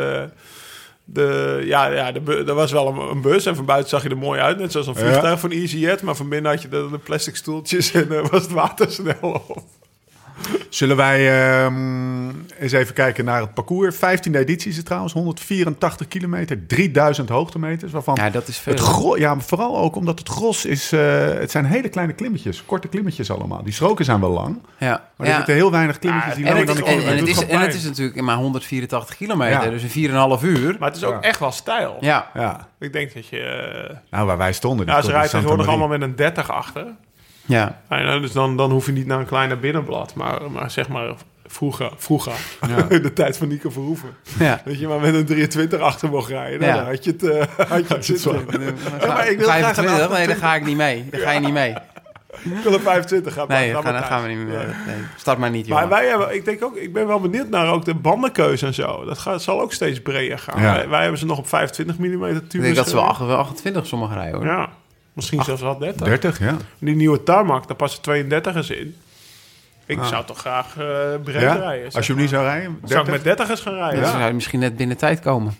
dat was wel een bus en van buiten zag je er mooi uit. Net zoals een vliegtuig van EasyJet. Maar van binnen had je de plastic stoeltjes en was het water snel op. Zullen wij eens even kijken naar het parcours. 15e editie is het trouwens, 184 kilometer, 3000 hoogtemeters. Waarvan dat is veel. Maar vooral ook omdat het gros is... het zijn hele kleine klimmetjes, korte klimmetjes allemaal. Die stroken zijn wel lang, maar er zitten heel weinig klimmetjes die langer dan een kilometer. En het is natuurlijk maar 184 kilometer, dus in 4,5 uur. Maar het is ook echt wel stijl. Ja. Ik denk dat je... waar wij stonden... ze rijden tegenwoordig allemaal met een 30 achter. Ja. Dus dan hoef je niet naar een kleiner binnenblad, maar zeg maar vroeger de tijd van Nico Verhoeven. Ja. Dat je maar met een 23 achter mocht rijden. Dan had je het zitten. Maar ik wil 25, nee, daar ga ik niet mee. Daar ga je niet mee. Ik wil een 25 gaan. Nee, dan gaan we niet meer. Nee, start maar niet, jongen. Maar ik ben wel benieuwd naar ook de bandenkeuze en zo. Dat zal ook steeds breder gaan. Ja. Wij hebben ze nog op 25 mm tubes. Ik denk dat ze wel 28 sommige rijden, hoor. Ja. Misschien zelfs wel 30. 30, ja. Die nieuwe tarmac, daar passen 32ers in. Ik zou toch graag breed rijden. Als je hem niet zou rijden? 30? Zou ik met 30ers gaan rijden? Dan zou je misschien net binnen tijd komen.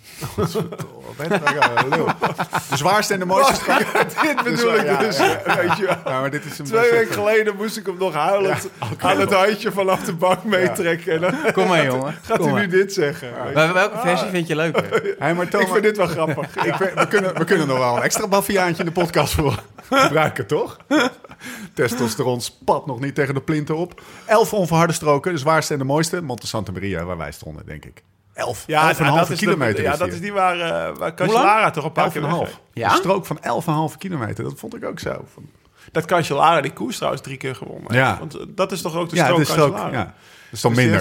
De zwaarste en de mooiste. Dit bedoel ik dus. Weet je wel. Maar dit is 2 weken geleden moest ik hem nog huilend aan het handje vanaf de bank meetrekken. En dan kom maar, jongen. Gaat hij nu dit zeggen? Maar welke versie vind je leuker? Ik vind dit wel grappig. We kunnen nog wel een extra baffiaantje in de podcast voor gebruiken, toch? Testosteron spat nog niet tegen de plinten op. 11 onverharde stroken, de zwaarste en de mooiste. Monte Santa Maria, waar wij stonden, denk ik. 11,5 kilometer. Dat is die waar Cancellara toch een paar keer weg. Ja? Een strook van 11,5 kilometer, dat vond ik ook zo. Dat Cancellara, die koers trouwens 3 keer gewonnen. Ja. Want dat is toch ook de strook Cancellara? Ja, dat is dan minder.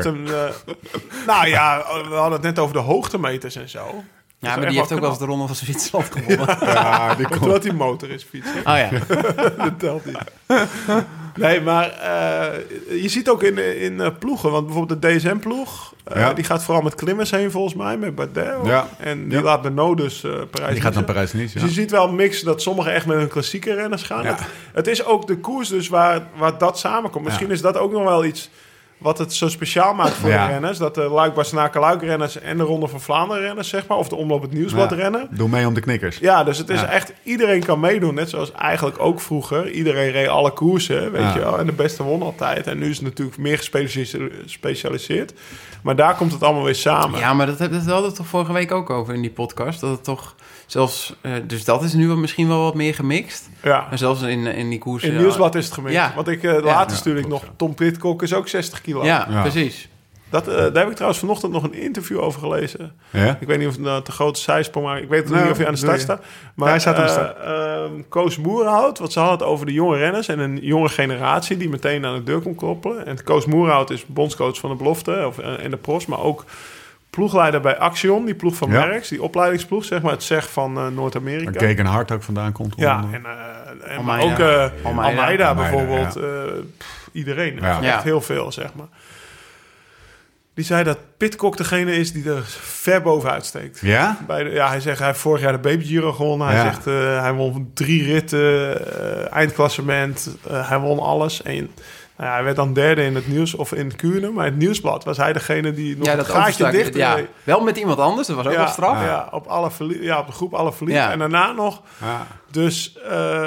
We hadden het net over de hoogtemeters en zo. Ja, maar die heeft ook wel eens de Ronde van Zwitserland gewonnen. Die komt. Omdat die motor is fietsen. Oh ja. Dat telt niet. Nee, maar je ziet ook in ploegen, want bijvoorbeeld de DSM-ploeg, die gaat vooral met klimmers heen volgens mij, met Bardet. Ja. En die laat Bernot dus Parijs-Nice. Die gaat naar Parijs-Nice, Dus je ziet wel een mix dat sommigen echt met hun klassieke renners gaan. Ja. Het is ook de koers dus waar dat samenkomt. Misschien is dat ook nog wel iets wat het zo speciaal maakt voor de renners. Dat de Luik-Bastenaken-Luik renners en de Ronde van Vlaanderen renners, zeg maar. Of de Omloop het Nieuwsblad rennen. Doe mee om de knikkers. Ja, dus het is echt... Iedereen kan meedoen. Net zoals eigenlijk ook vroeger. Iedereen reed alle koersen, weet je wel. En de beste won altijd. En nu is het natuurlijk meer gespecialiseerd. Maar daar komt het allemaal weer samen. Ja, maar dat hadden we toch vorige week ook over in die podcast. Dat het toch... Zelfs, dus dat is nu misschien wel wat meer gemixt. Ja. En zelfs in die koersen... In Nieuwsblad is het gemixt. Ja. Want later stuurde ik nog... Tom Pidcock is ook 60 kilo. Ja, precies. Daar heb ik trouwens vanochtend nog een interview over gelezen. Ja? Ik weet niet of het nou te grote zijsprong, maar ik weet niet of hij aan de start staat. Maar hij staat aan de start. Koos Moerhout, wat ze hadden het over de jonge renners en een jonge generatie die meteen aan de deur komt kloppen. En Koos Moerhout is bondscoach van de belofte en de pros, maar ook ploegleider bij Axion, die ploeg van Merckx, die opleidingsploeg, zeg maar het zeg van Noord-Amerika. Waar Gegenhard ook vandaan komt. Ja, en maar ook Almeida bijvoorbeeld. Ja. Iedereen. Echt heel veel, zeg maar. Die zei dat Pidcock degene is die er ver bovenuit steekt. Ja? Hij zegt, hij heeft vorig jaar de Baby Giro gewonnen. Hij zegt, hij won 3 ritten, eindklassement. Hij won alles. En hij werd dan derde in het nieuws, of in Kuurne. Maar in het nieuwsblad was hij degene die nog het gaatje dicht. Ja, wel met iemand anders, dat was ook wel straf. Ja, op de groep Alaphilippe. Ja. En daarna nog. Ja. Dus...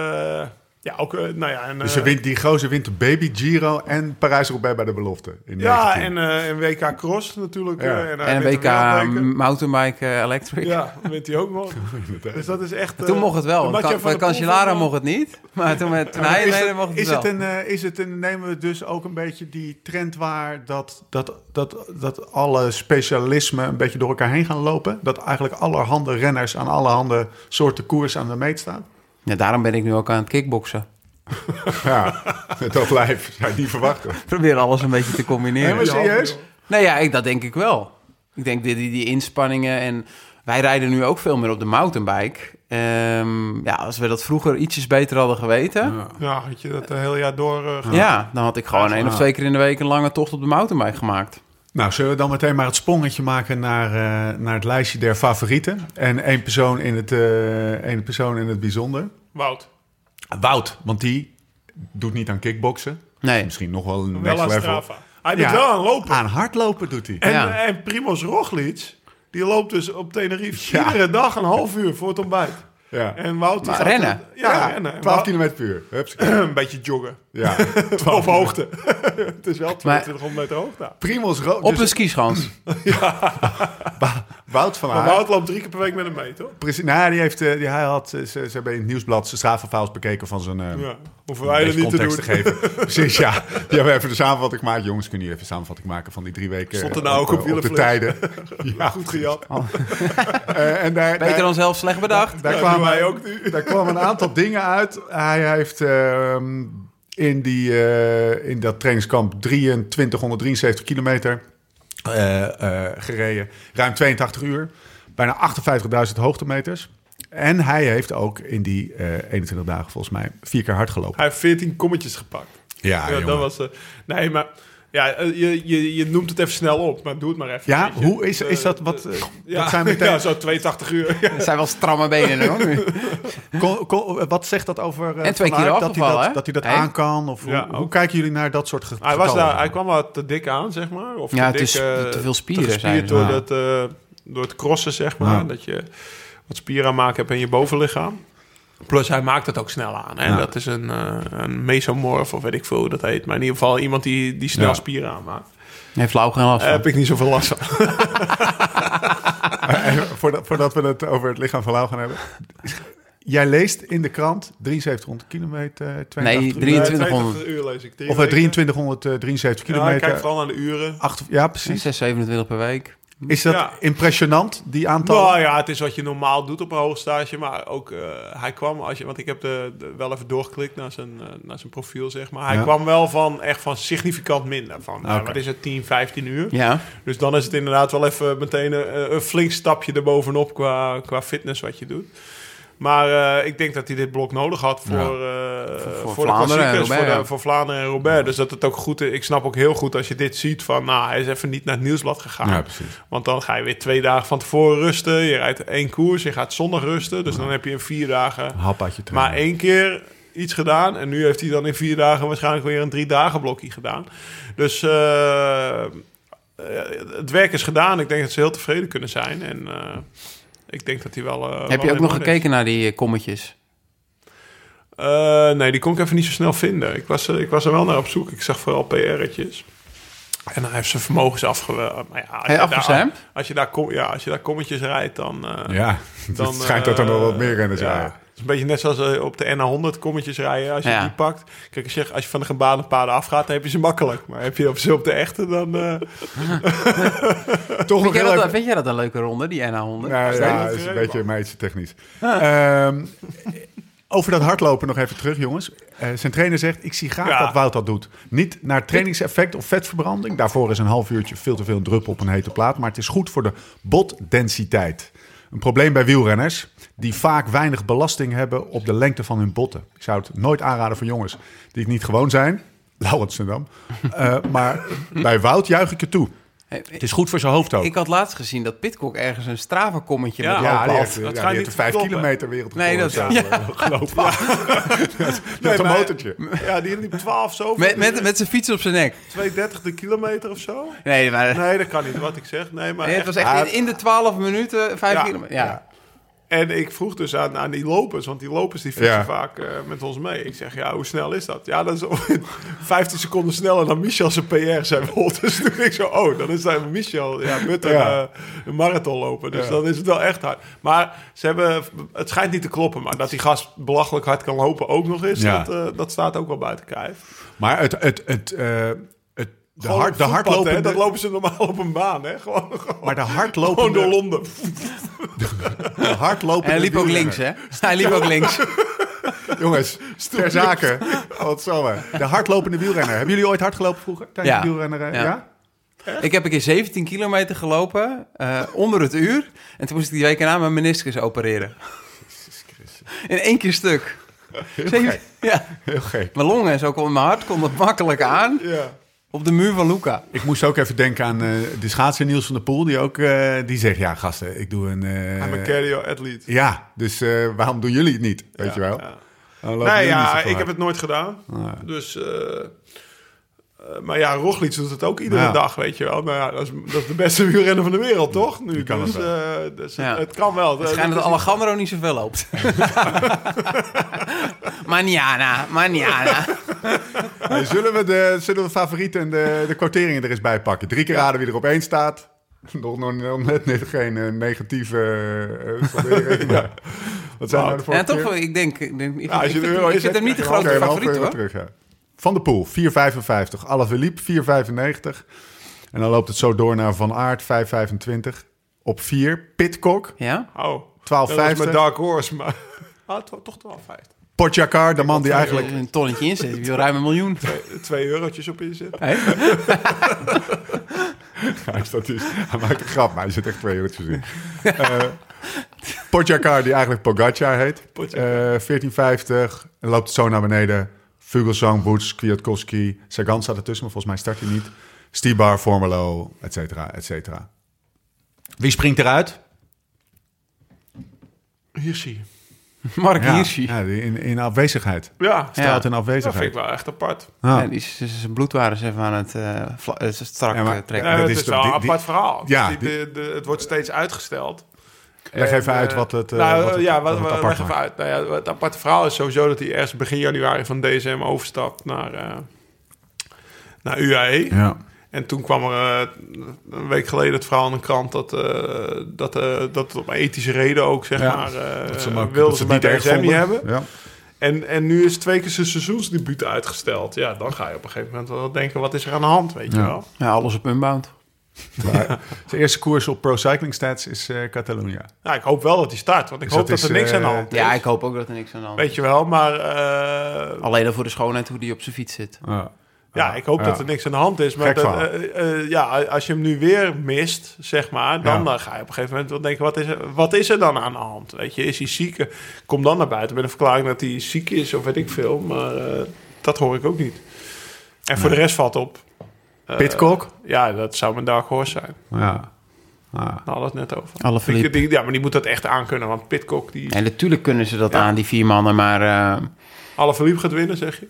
dus die gozer wint de Baby Giro en Parijs-Roubaix bij de belofte. In 19. En WK Cross natuurlijk. Ja. En WK Mountainbike Electric. Ja, dat wint hij ook nog. Dus dat is echt... toen mocht het wel. Bij Cancellara mocht het niet. Maar toen met Nijmegen mocht het wel. Nemen we dus ook een beetje die trend waar dat alle specialismen een beetje door elkaar heen gaan lopen? Dat eigenlijk allerhande renners aan allerhande soorten koers aan de meet staan? Ja, daarom ben ik nu ook aan het kickboksen. Ja, dat lijf zou je niet verwachten. Probeer alles een beetje te combineren. Nee, maar serieus? Nee, ja, dat denk ik wel. Ik denk die inspanningen en... Wij rijden nu ook veel meer op de mountainbike. Als we dat vroeger ietsjes beter hadden geweten... Ja, had je dat het hele jaar door gedaan? Ja, dan had ik gewoon 1 of 2 keer in de week een lange tocht op de mountainbike gemaakt. Nou, zullen we dan meteen maar het sprongetje maken naar het lijstje der favorieten? En één persoon in het bijzonder. Wout, want die doet niet aan kickboksen. Nee. Misschien nog wel een wel next level. Strava. Hij doet wel aan lopen. Aan hardlopen doet hij. En Primoz Roglic, die loopt dus op Tenerife iedere dag een half uur voor het ontbijt. Ja. En Wout... rennen? Rennen. 12 kilometer per uur. Een beetje joggen. Ja. Op hoogte. Het is wel 2200 meter hoogte. Primoz op een skischans. Wout van Aert. Maar Wout loopt 3 keer per week met hem mee, toch? Precies. Nou, ze hebben in het nieuwsblad zijn Strava-files bekeken van zijn... hoeven wij er niet te doen. Te geven. Precies, ja. Die hebben even de samenvatting gemaakt. Jongens, kunnen jullie even een samenvatting maken van die 3 weken... Stond er nou ook op de tijden. Ja, goed gejat. Beter dan zelf slecht bedacht. Daar kwamen een aantal dingen uit. Hij heeft in dat trainingskamp 2373 kilometer gereden. Ruim 82 uur. Bijna 58.000 hoogtemeters. En hij heeft ook in die 21 dagen volgens mij 4 keer hard gelopen. Hij heeft 14 kommetjes gepakt. Ja, dat was... nee, maar... Ja, je noemt het even snel op, maar doe het maar even. Ja, hoe is dat? Wat zijn meteen... Ja, zo 82 uur. Dat zijn wel stramme benen, hoor. Wat zegt dat over... En 2 keer afgevallen, dat hij dat aan kan? Of hoe kijken jullie naar dat soort getallen? Hij kwam wat te dik aan, zeg maar. Of te veel spieren zijn. Door het crossen, zeg maar. Ja. Dat je wat spieren aanmaken hebt in je bovenlichaam. Plus hij maakt het ook snel aan. En dat is een mesomorf, of weet ik veel hoe dat heet. Maar in ieder geval iemand die snel spieren aanmaakt. Heeft Lau geen last van. Heb ik niet zoveel last van. Voordat we het over het lichaam van Lau gaan hebben. Jij leest in de krant 7300 kilometer. 2300 uur lees ik. Of 2373 kilometer. Ik kijk vooral naar de uren. Ja, precies. 627 per week. Is dat impressionant, die aantallen? Nou ja, het is wat je normaal doet op een hoogstage. Maar ook, hij kwam, want ik heb wel even doorgeklikt naar zijn profiel, zeg maar. Hij kwam wel van significant minder. Wat is het, 10, 15 uur? Ja. Dus dan is het inderdaad wel even meteen een flink stapje erbovenop qua fitness wat je doet. Maar ik denk dat hij dit blok nodig had voor de klassiekers, voor Vlaanderen en Roubaix. Dus dat het ook goed is. Ik snap ook heel goed als je dit ziet van... hij is even niet naar het nieuwsblad gegaan. Ja, precies. Want dan ga je weer 2 dagen van tevoren rusten. Je rijdt 1 koers, je gaat zondag rusten. Dus dan heb je in 4 dagen maar 1 keer iets gedaan. En nu heeft hij dan in 4 dagen waarschijnlijk weer een 3 dagen blokje gedaan. Dus het werk is gedaan. Ik denk dat ze heel tevreden kunnen zijn. En... ik denk dat hij wel... Heb je ook nog gekeken naar die kommetjes? Nee, die kon ik even niet zo snel vinden. Ik was er wel naar op zoek. Ik zag vooral PR'tjes. En hij heeft zijn vermogens afgezemd. Als je daar kommetjes rijdt, dan... dan schijnt dat er nog wat meer renners rijden. een beetje net zoals op de NA100 kommetjes rijden. Als je die pakt. Kijk, als je van de gebaande paden afgaat, dan heb je ze makkelijk. Maar heb je op de echte, dan... Toch vind jij dat een leuke ronde, die NA100? Ja, is een beetje meisje technisch. Over dat hardlopen nog even terug, jongens. Zijn trainer zegt, ik zie graag dat Wout dat doet. Niet naar trainingseffect of vetverbranding. Daarvoor is een half uurtje veel te veel druppel op een hete plaat. Maar het is goed voor de botdensiteit. Een probleem bij wielrenners die vaak weinig belasting hebben op de lengte van hun botten. Ik zou het nooit aanraden voor jongens die het niet gewoon zijn. Laurens Sendam. Maar bij Wout juich ik het toe. Het is goed voor zijn hoofd ook. Ik had laatst gezien dat Pidcock ergens een Strava-kommetje met lopen had. Die heeft de 5 kilometer wereldrecord. Nee, dat is gelopen. Met een motortje. Ja, die liep 12 zo. Met zijn fiets op zijn nek. 2,30 de kilometer of zo? Nee, dat kan niet, wat ik zeg. Nee, maar het was echt in de 12 minuten 5 kilometer. Ja. En ik vroeg dus aan die lopers, want die lopers die fietsen vaak met ons mee. Ik zeg, hoe snel is dat? Ja, dat is 15 seconden sneller dan Michel zijn PR zijn vol. Dus toen ik zo, dan is dat Michel Butter een marathon lopen. Dus dan is het wel echt hard. Maar het schijnt niet te kloppen, maar dat die gast belachelijk hard kan lopen ook nog eens. Dat staat ook wel buiten kijf. Maar de hardlopen, dat lopen ze normaal op een baan, hè? Gewoon maar de hardlopen gewoon door Londen. De hardlopen. En hij liep ook links, hè? Hij liep ook links. Jongens, ter zake. Wat zo. De hardlopende wielrenner. Hebben jullie ooit hard gelopen vroeger? Tijdens de wielrenner? Ja? Ik heb een keer 17 kilometer gelopen, onder het uur. En toen moest ik die week na mijn meniscus opereren. Jezus Christus. In 1 keer stuk. Heel gek. Mijn longen en zo mijn hart kon het makkelijk aan. Ja. Op de muur van Luca. Ik moest ook even denken aan de schaatser Niels van der Poel. Die zegt, gasten, ik doe een... I'm a cardio-athlete. Ja, dus waarom doen jullie het niet? Weet je wel? Ja. Ik heb het nooit gedaan. Dus... maar Roglic doet het ook iedere dag, weet je wel. Maar dat is de beste wielrenner van de wereld, toch? Nu, kan dus het kan wel. Het schijnt dat Alejandro niet zoveel loopt. Manana. Hey, zullen we de favorieten en de quoteringen er eens bij pakken? 3 keer raden wie er op 1 staat. Nog net geen negatieve sondering. Wat zijn nou de vorige keer? Toch, ik denk als je euro ik vind hem niet de grote favoriet, hoor. Terug, Van der Poel, 4,55. Alaphilippe, 4,95. En dan loopt het zo door naar Van Aert, 5,25. Op 4, Pidcock. Ja? 12,50. Dat is mijn dark horse, maar... toch 12,50. Pogacar, de man die eigenlijk... Een tonnetje inzet, die wil ruim 1 miljoen. 2 eurotjes op inzet. Hey? Hij maakt een grap, maar hij zit echt 2 eurotjes in. Pogacar, die eigenlijk Pogacar heet. 14,50. En loopt het zo naar beneden. Vogelsang, Woods, Kwiatkowski, Sagan staat ertussen, maar volgens mij start hij niet. Stibar, Formelo, et cetera, et cetera. Wie springt eruit? Hirschi. Mark Hirschi. Ja, in afwezigheid. Ja. Straalt in afwezigheid. Dat vind ik wel echt apart. Ja, die is zijn bloedwaardes even aan het strak trekken. Het is wel een apart verhaal. Ja, het wordt steeds uitgesteld. Leg even uit wat het apart even uit. Het aparte verhaal is sowieso dat hij ergens begin januari van DSM overstapt naar UAE. Ja. En toen kwam er een week geleden het verhaal in de krant dat op ethische reden ook, zeg maar, wilden ze bij DSM niet hebben. Ja. En nu is 2 keer zijn seizoensdebuut uitgesteld. Ja, dan ga je op een gegeven moment wel denken, wat is er aan de hand, weet je wel? Ja, alles op Unbound. Zijn eerste koers op Pro Cycling Stats is Catalunya. Ja, ik hoop wel dat hij start, want ik hoop dat er niks aan de hand is. Ja, ik hoop ook dat er niks aan de hand is. Weet je wel, maar... alleen al voor de schoonheid hoe die op zijn fiets zit. Ja, ik hoop dat er niks aan de hand is. Maar als je hem nu weer mist, zeg maar... dan ga je op een gegeven moment wel denken... wat is er dan aan de hand? Weet je, is hij ziek? Kom dan naar buiten met een verklaring dat hij ziek is... of weet ik veel. Maar dat hoor ik ook niet. En voor de rest valt op... Pidcock? Ja, dat zou mijn dark horse zijn. Ja. Daar hadden we het net over. Alaphilippe. Maar die moet dat echt aankunnen, want Pidcock... En natuurlijk kunnen ze dat aan, die 4 mannen, maar... Alaphilippe gaat winnen, zeg je?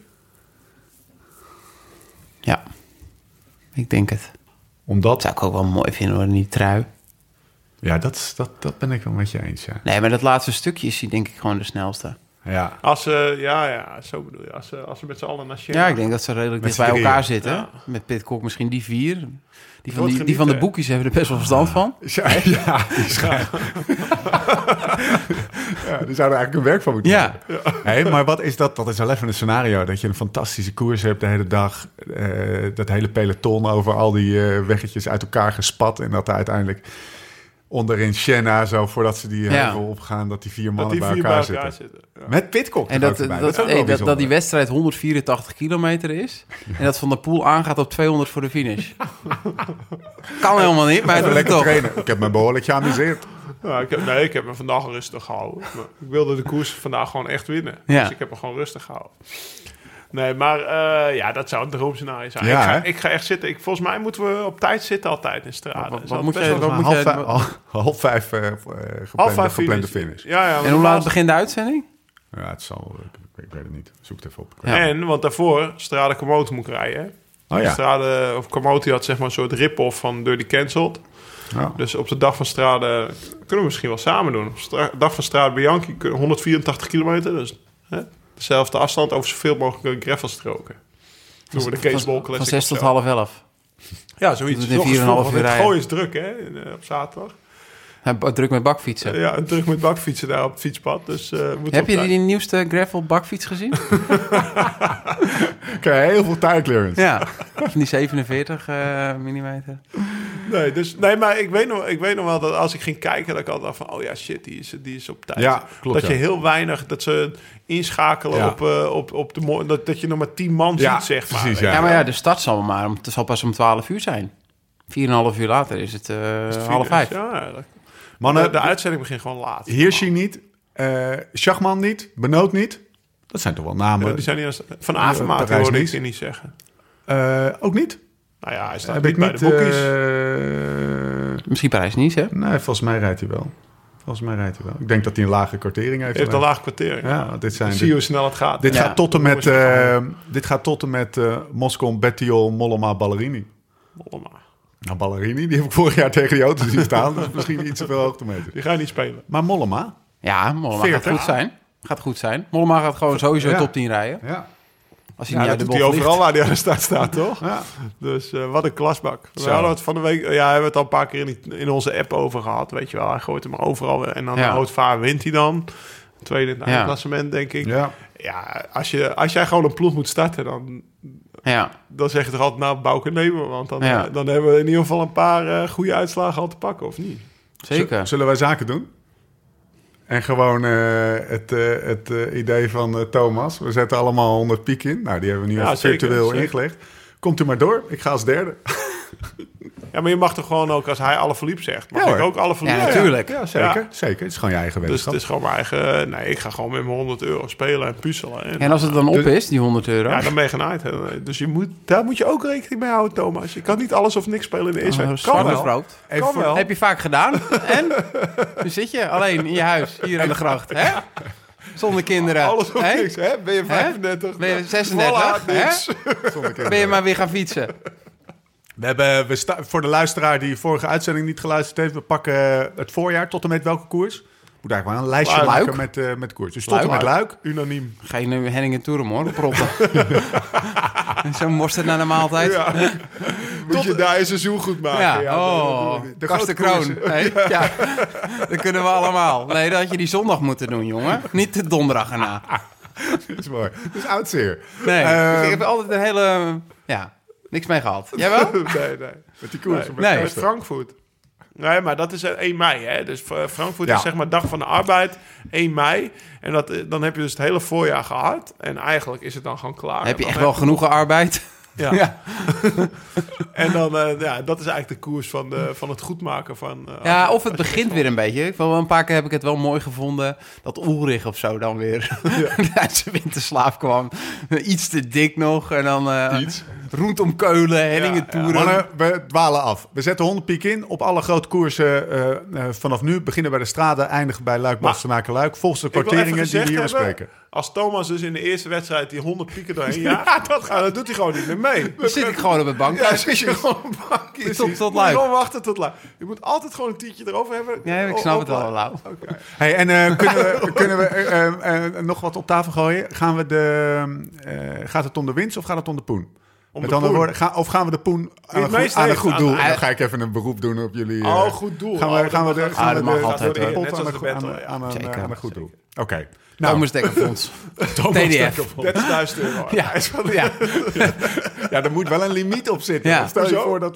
Ja, ik denk het. Omdat? Dat zou ik ook wel mooi vinden, hoor, die trui. Ja, dat ben ik wel met je eens, ja. Nee, maar dat laatste stukje is die denk ik gewoon de snelste. Ja. Zo bedoel je. Als ze met z'n allen naar Sjen. Ja, ik denk dat ze redelijk dicht bij elkaar zitten. Ja. Met Pidcock misschien die 4. Die van de boekjes hebben er best wel verstand van. Ja, Ja, die zouden eigenlijk een werk van moeten Ja. maken. Hey, maar wat is dat? Dat is wel even een scenario. Dat je een fantastische koers hebt de hele dag. Dat hele peloton over al die weggetjes uit elkaar gespat. En dat er uiteindelijk onderin Senna, zo voordat ze die heuvel opgaan, dat die 4 mannen bij elkaar zitten. Ja. Met Pidcock En dat die wedstrijd 184 kilometer is. En dat Van der Poel aangaat op 200 voor de finish. Kan helemaal niet, maar hij doet het lekker toch. trainen. Ik heb me behoorlijk geamuseerd. Ja, ik heb me vandaag rustig gehouden. Maar ik wilde de koers vandaag gewoon echt winnen. Ja. Dus ik heb me gewoon rustig gehouden. Nee, maar dat zou een droomscenario zijn. Ja, ik ga echt zitten. Volgens mij moeten we op tijd zitten altijd in Strade. Wat moet je... Half vijf geplande finish. Ja, En hoe laat begint de uitzending? Ja, het zal... Ik weet het niet. Zoek het even op. Ja. En, want daarvoor Strade Komoot moet ik rijden. Hè? Oh ja. Strade, of Komoot had zeg maar een soort rip-off van Dirty Cancelled. Ja. Dus op de dag van Strade kunnen we misschien wel samen doen. Op de dag van Strade Bianchi 184 kilometer. Dus dezelfde afstand over zoveel mogelijk gravelstroken. Doen we de Kees Bol Classic. Van 6 tot half 11. Ja, zoiets. In 4,5 uur Het rijden. gooi is druk, hè, op zaterdag. Druk met bakfietsen. Ja, druk met bakfietsen daar op het fietspad. Dus, Heb je die nieuwste gravel bakfiets gezien? Ik krijg heel veel tire clearance. Ja, van die 47 millimeter. Nee, maar ik weet nog wel dat als ik ging kijken, dat ik altijd dacht van, oh ja, shit, die is op tijd. Ja, klopt, dat je heel weinig, dat ze inschakelen op de dat je nog maar 10 man ziet, zeg maar. Precies, Ja, maar ja, de start zal pas om 12 uur zijn. 4,5 uur later is het 4:30. Ja, Mannen, de uitzending begint gewoon laat. Hirschi niet, Schachman niet, Benoot niet. Dat zijn toch wel namen. Die zijn niet van Avermaat hoorde ik je niet zeggen. Ook niet? Nou ja, hij staat Heb niet ik bij niet, de boekies. Misschien Parijs-Nice, hè? Nee, volgens mij rijdt hij wel. Ik denk dat hij een lage kwartering heeft. Hij heeft een laag kwartier. Ja, Zie je hoe snel het gaat. Dit gaat tot en met Moscon, Bettiol, Mollema, Ballerini. Mollema. Nou, Ballerini, die heb ik vorig jaar tegen die auto zien staan. Dat is misschien iets te veel hoogtemeter. Die ga je niet spelen. Maar Mollema? Ja, Mollema gaat goed zijn. Mollema gaat gewoon sowieso top 10 rijden. Ja. Als hij niet uit de doet bocht hij overal waar hij aan de start staat, toch? Ja. Dus wat een klasbak. We Zo. hadden het van de week... Ja, hebben we het al een paar keer in onze app over gehad. Weet je wel, hij gooit hem overal. En dan Roodvaar wint hij dan. Tweede in het klassement, denk ik. Ja. Ja, als jij gewoon een ploeg moet starten, dan zeg je toch altijd, nou, Bouke nemen. Want dan hebben we in ieder geval een paar goede uitslagen al te pakken, of niet? Zeker. Zullen wij zaken doen? En gewoon het idee van Thomas. We zetten allemaal 100 piek in. Nou, die hebben we nu even virtueel ingelegd. Komt u maar door. Ik ga als derde. Ja, maar je mag toch gewoon ook, als hij Alaphilippe zegt, mag ik ook Alaphilippe? Ja, natuurlijk. Ja, zeker. Zeker. Het is gewoon je eigen Dus wedstrijd. het is gewoon mijn eigen... Nee, ik ga gewoon met mijn 100 euro spelen en puzzelen. En als het dan op is, die 100 euro? Ja, dan ben je genaaid. Dus daar moet je ook rekening mee houden, Thomas. Je kan niet alles of niks spelen in de eerste week. Kan wel. Kan wel. Heb je vaak gedaan. En? Nu zit je alleen in je huis, hier aan de gracht. Hè? Zonder kinderen. Alles of hè? niks, hè? Ben je 35? Ben je 36? Voilà, niks. Ben je maar weer gaan fietsen? Voor de luisteraar die vorige uitzending niet geluisterd heeft... we pakken het voorjaar tot en met welke koers? Moet eigenlijk wel een lijstje maken met koers. Dus tot en met Luik. Unaniem. Ga je nu Henning en Toerum, hoor, proppen. Zo'n mosterd naar de maaltijd. Ja. Moet je daar een seizoen goed maken. Ja, de Karsten grote Kroon. Hey? Ja. Dat kunnen we allemaal. Nee, dat had je die zondag moeten doen, jongen. Niet de donderdag erna. Dat is mooi. Dat is oud zeer. Nee, ik heb altijd een hele... Ja, niks mee gehad. Jij wel? Nee. Met die koers. Met Frankfurt. Nee, maar dat is 1 mei. Hè? Dus Frankfurt is zeg maar dag van de arbeid, 1 mei. En dan heb je dus het hele voorjaar gehad. En eigenlijk is het dan gewoon klaar. Heb je echt wel genoeg arbeid? Ja. En dan, dat is eigenlijk de koers van het goedmaken van... of het begint weer een beetje. Een paar keer heb ik het wel mooi gevonden dat Ulrich of zo dan weer uit zijn winterslaap kwam. Iets te dik nog. En dan rondom Keulen, Henningen Toeren. Mannen, we dwalen af. We zetten 100 piek in op alle grote koersen vanaf nu. Beginnen bij de Strade, eindigen bij Luik, Bastenaken, Luik. Volgens de kwarteringen die we hier bespreken. Als Thomas dus in de eerste wedstrijd die 100 pieken doorheen dat doet hij gewoon niet meer mee. Dan zit ik gewoon op het bank. Ja, zit je gewoon op het bankje. Tot Luik. Gewoon wachten tot Luik. Je moet altijd gewoon een tientje erover hebben. Ja, ik snap het wel, Lau. Okay. Hey, en kunnen we nog wat op tafel gooien? Gaat het om de winst of gaat het om de poen? Om Met de andere poen. woorden, of gaan we de poen aan het meest een heeft goed aan- doel? aan- Dan ga ik even een beroep doen op jullie. Goed doel. Gaan we de dat mag altijd, de hoor. pot Net aan zoals de battle, ja. aan Zeker. een goed doel. Oké. Nou, Thomas Dekkerfonds. Thomas TDF. Dekkerfonds. 30.000 euro. Ja. Ja. Ja, er moet wel een limiet op zitten. Ja. Stel je Hoezo? voor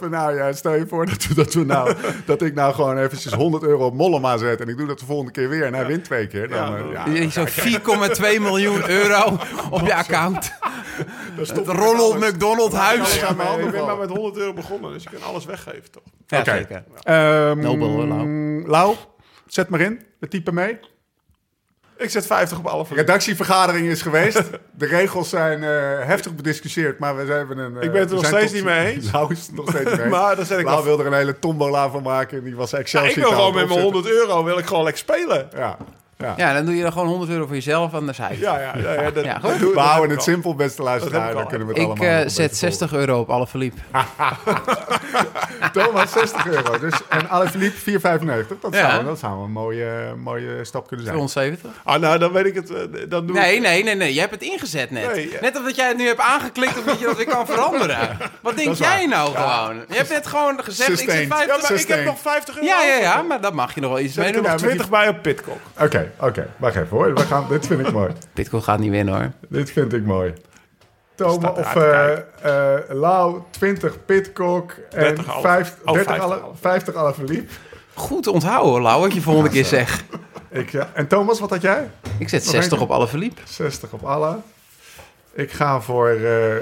dat ik nou gewoon eventjes 100 euro op Mollema zet en ik doe dat de volgende keer weer en hij wint 2 keer. Dan, Zo'n 4,2 miljoen euro op je account. Het Ronald McDonald huis. Ja, maar Ik ben maar met 100 euro begonnen, dus je kan alles weggeven, toch? Ja, Oké. zeker. Nobel hoor, Lau, zet maar in. We typen mee. Ik zet 50 op alle Redactievergadering is geweest. De regels zijn heftig bediscussieerd, maar we hebben een... Ik ben het er nog steeds niet mee eens. Lau is het nog steeds niet mee eens. Maar dan zet ik Lau nog... wil er een hele tombola van maken. Die was Excel ik wil gewoon met mijn 100 euro wil ik gewoon lekker spelen. Ja. Ja, dan doe je dan gewoon 100 euro voor jezelf aan de zijde. Ja. Ja, goed. We houden het simpel, beste luisteraar. Dat heb ik Dan al. kunnen we het allemaal Ik nog een zet beetje 60 euro op alle verliep. Thomas, 60 euro. Dus, en Alaphilippe 4,95. Ja. Dat zou een mooie stap kunnen zijn. 270. Nou, dan weet ik het. Dan doe ik... Nee. Je hebt het ingezet net. Nee, ja. Net omdat jij het nu hebt aangeklikt, omdat je dat weer kan veranderen. Wat denk is jij waar. nou gewoon? Je hebt net gewoon gezegd, ik zet Sustained. 50. Ja, maar ik Sustained. heb nog 50 euro. Ja, maar dat mag je nog wel iets Zet mee ik er doen. nog 20 bij op Pitcock. Oké. Wacht even hoor. Dit vind ik mooi. Bitcoin gaat niet winnen hoor. Dit vind ik mooi. Thomas Staat of eruit Lau, 20 Pitcock en 30 alle- 50 Alaphilippe. Goed onthouden hoor, Lau, wat je volgende keer zegt. En Thomas, wat had jij? Ik zet Nog 60 eentje? op alle verliep. 60 op alle. Ik ga voor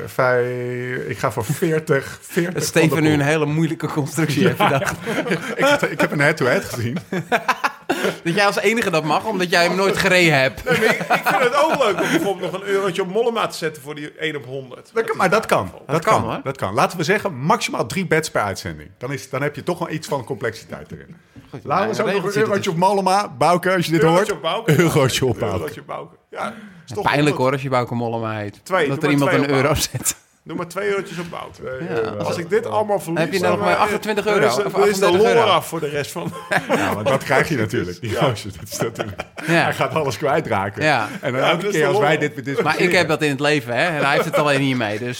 40. Dat Steven nu een hele moeilijke constructie heeft bedacht. Ik heb een head-to-head gezien. Dat jij als enige dat mag, omdat jij hem nooit gereden hebt. Nee, maar ik vind het ook leuk om bijvoorbeeld nog een eurotje op Mollema te zetten voor die 1 op 100. Maar dat kan. kan, hoor. Dat kan. Laten we zeggen, maximaal 3 bets per uitzending. Dan heb je toch wel iets van complexiteit erin. Laten we zo nog een eurotje op Mollema. Bouke, als je dit Eurotje hoort. op Bouke. Eurotje op Bouke. Eurotje op Bouke. Ja, is toch Pijnlijk 100. hoor, als je Bouke Mollema heet. Twee, dat doe er maar iemand twee een op euro Bouke. zet. Doe maar 2 eurotjes op Bouke. Ja, Als ik dit allemaal verlies... heb je nog maar 28 euro, Dan is de, of dan is de 38 lol euro. eraf voor de rest van... Ja, want dat krijg je natuurlijk. Die gozer, dat is natuurlijk. Hij gaat alles kwijtraken. Ja. En dan Ja, elke dat is keer de als wij lol. dit discussiëren. Maar ik heb dat in het leven, hè. En hij heeft het alleen niet mee. Dus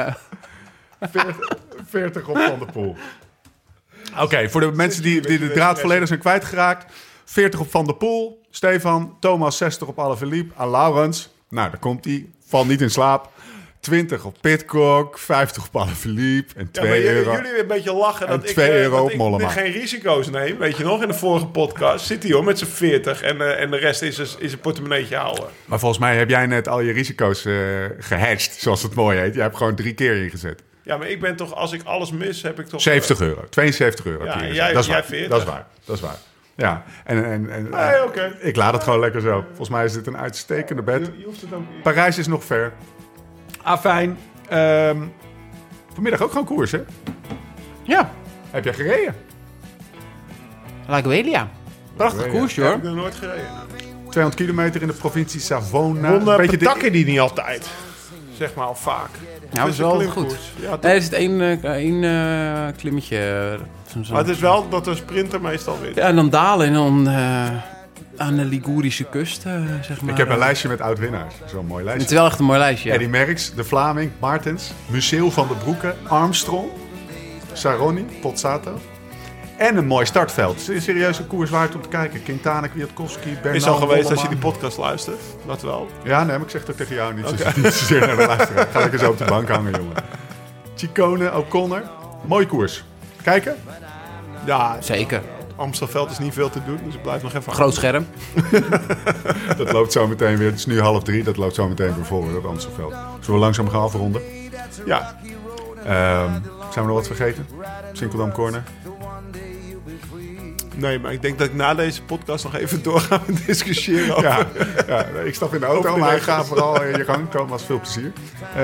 40 op Van der Poel. Oké, voor de mensen die de draad volledig zijn kwijtgeraakt. 40 op Van der Poel. Stefan, Thomas 60 op Alaphilippe. Aan Laurens. Nou, daar komt hij. Val niet in slaap. 20 op Pitcock. 50 op Alaphilippe. En 2 euro. Jullie weer een beetje lachen En dat ik, 2 euro dat op ik Mollema. geen risico's neem. Weet je nog, in de vorige podcast zit hij hoor met zijn 40 en de rest is zijn portemonneetje houden. Maar volgens mij heb jij net al je risico's gehedged, zoals het mooi heet. Jij hebt gewoon 3 keer ingezet. Ja, maar ik ben toch, als ik alles mis, heb ik toch... 70 euro. 72 euro. Ja, heb je en ingezet. jij- dat is waar. jij 40. Dat is waar. Ja, en Nee, oké. ik laat het gewoon lekker zo. Volgens mij is dit een uitstekende bed. Je hoeft het ook niet. Parijs is nog ver. Afijn. Vanmiddag ook gewoon koers, hè? ja, Heb jij gereden? La Guelia. Prachtig koersje Heb hoor. ik nog nooit gereden. 200 kilometer in de provincie Savona. Wonnen Beetje dit- takken die niet altijd. Zeg maar al vaak. Nou, Het is wel een goed. klimkoers. Ja, Nee, er zit één klimmetje. maar het is wel dat de sprinter meestal wint. Ja, en dan dalen en dan aan de Ligurische kust, zeg maar. Ik heb een lijstje met oud-winnaars. Zo'n mooi Het lijstje. is wel echt een mooi lijstje. Ja. Eddy Merckx, De Vlaming, Martens, Museeuw van der Broeke, Armstrong, Saroni, Pozzato. En een mooi startveld. Het is een serieuze koers waard om te kijken. Quintana, Kwiatkowski, Bernal, Is al geweest als je Mollema. die podcast luistert. Dat wel. Ja, nee, maar ik zeg het ook tegen jou. Niet zozeer naar de luisteraar. Ga lekker zo op de bank hangen, jongen. Ciccone, O'Connor. Mooi koers. Kijken? Ja, Zeker. Amstelveld is niet veel te doen, dus ik blijf nog even Groot scherm. Dat loopt zo meteen weer. Het is nu 2:30. Dat loopt zo meteen weer voor op Amstelveld. Zullen we langzaam gaan afronden? Ja, Zijn we nog wat vergeten? Sinkeldam Corner. nee, maar ik denk dat ik na deze podcast nog even doorga met discussiëren over... Ja, nee, ik stap in de auto, Over de maar ik regels. ga vooral in je gang. Thomas, veel plezier.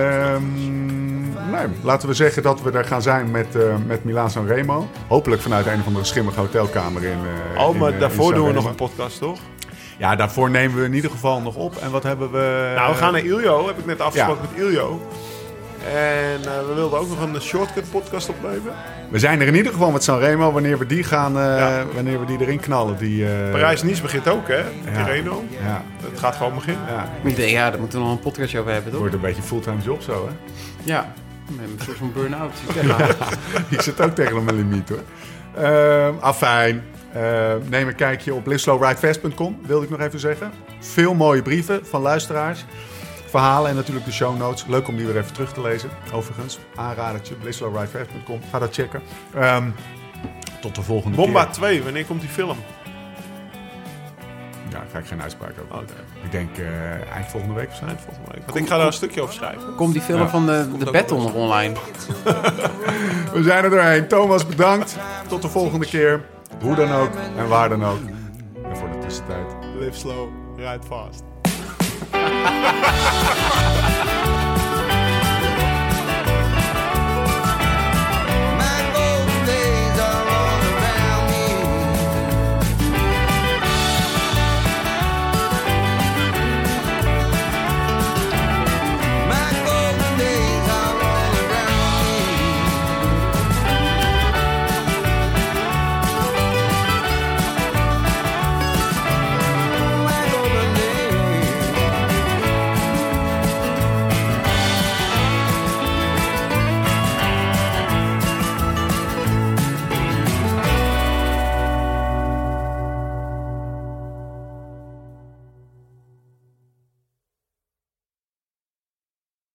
Nee, laten we zeggen dat we er gaan zijn met Milaan Sanremo. Hopelijk vanuit een of andere schimmige hotelkamer in maar daarvoor doen we nog Sanremo. een podcast, toch? Ja, daarvoor nemen we in ieder geval nog op. En wat hebben we... Nou, we gaan naar Iljo, heb ik net afgesproken met Iljo. En we wilden ook nog een shortcut podcast opnemen. We zijn er in ieder geval met Sanremo. Wanneer we die gaan, Ja. wanneer we die erin knallen. Parijs-Nice begint ook, hè? Tirreno. Ja, Het gaat gewoon beginnen. ja. Ik denk, ja, daar moeten we nog een podcast over hebben, Het toch? wordt een beetje fulltime job zo, hè? Ja. Met zo'n burn-out. Ik zit ook tegen mijn limiet, hoor. Afijn. Neem een kijkje op liveslowridefast.com, wilde ik nog even zeggen. Veel mooie brieven van luisteraars. Verhalen en natuurlijk de show notes. Leuk om die weer even terug te lezen. Overigens, aanradertje, liveslowridefast.com. Ga dat checken. Tot de volgende Bomba keer. 2, wanneer komt die film? Ja, daar ga ik geen uitspraak over. Ik denk eind volgende week of zo. Volgende week. Want ik ga daar een stukje over schrijven. Komt die film van de battle nog online? We zijn er doorheen. Thomas, bedankt. Tot de volgende keer. Hoe dan ook en waar dan ook. En voor de tussentijd. Live slow, ride fast.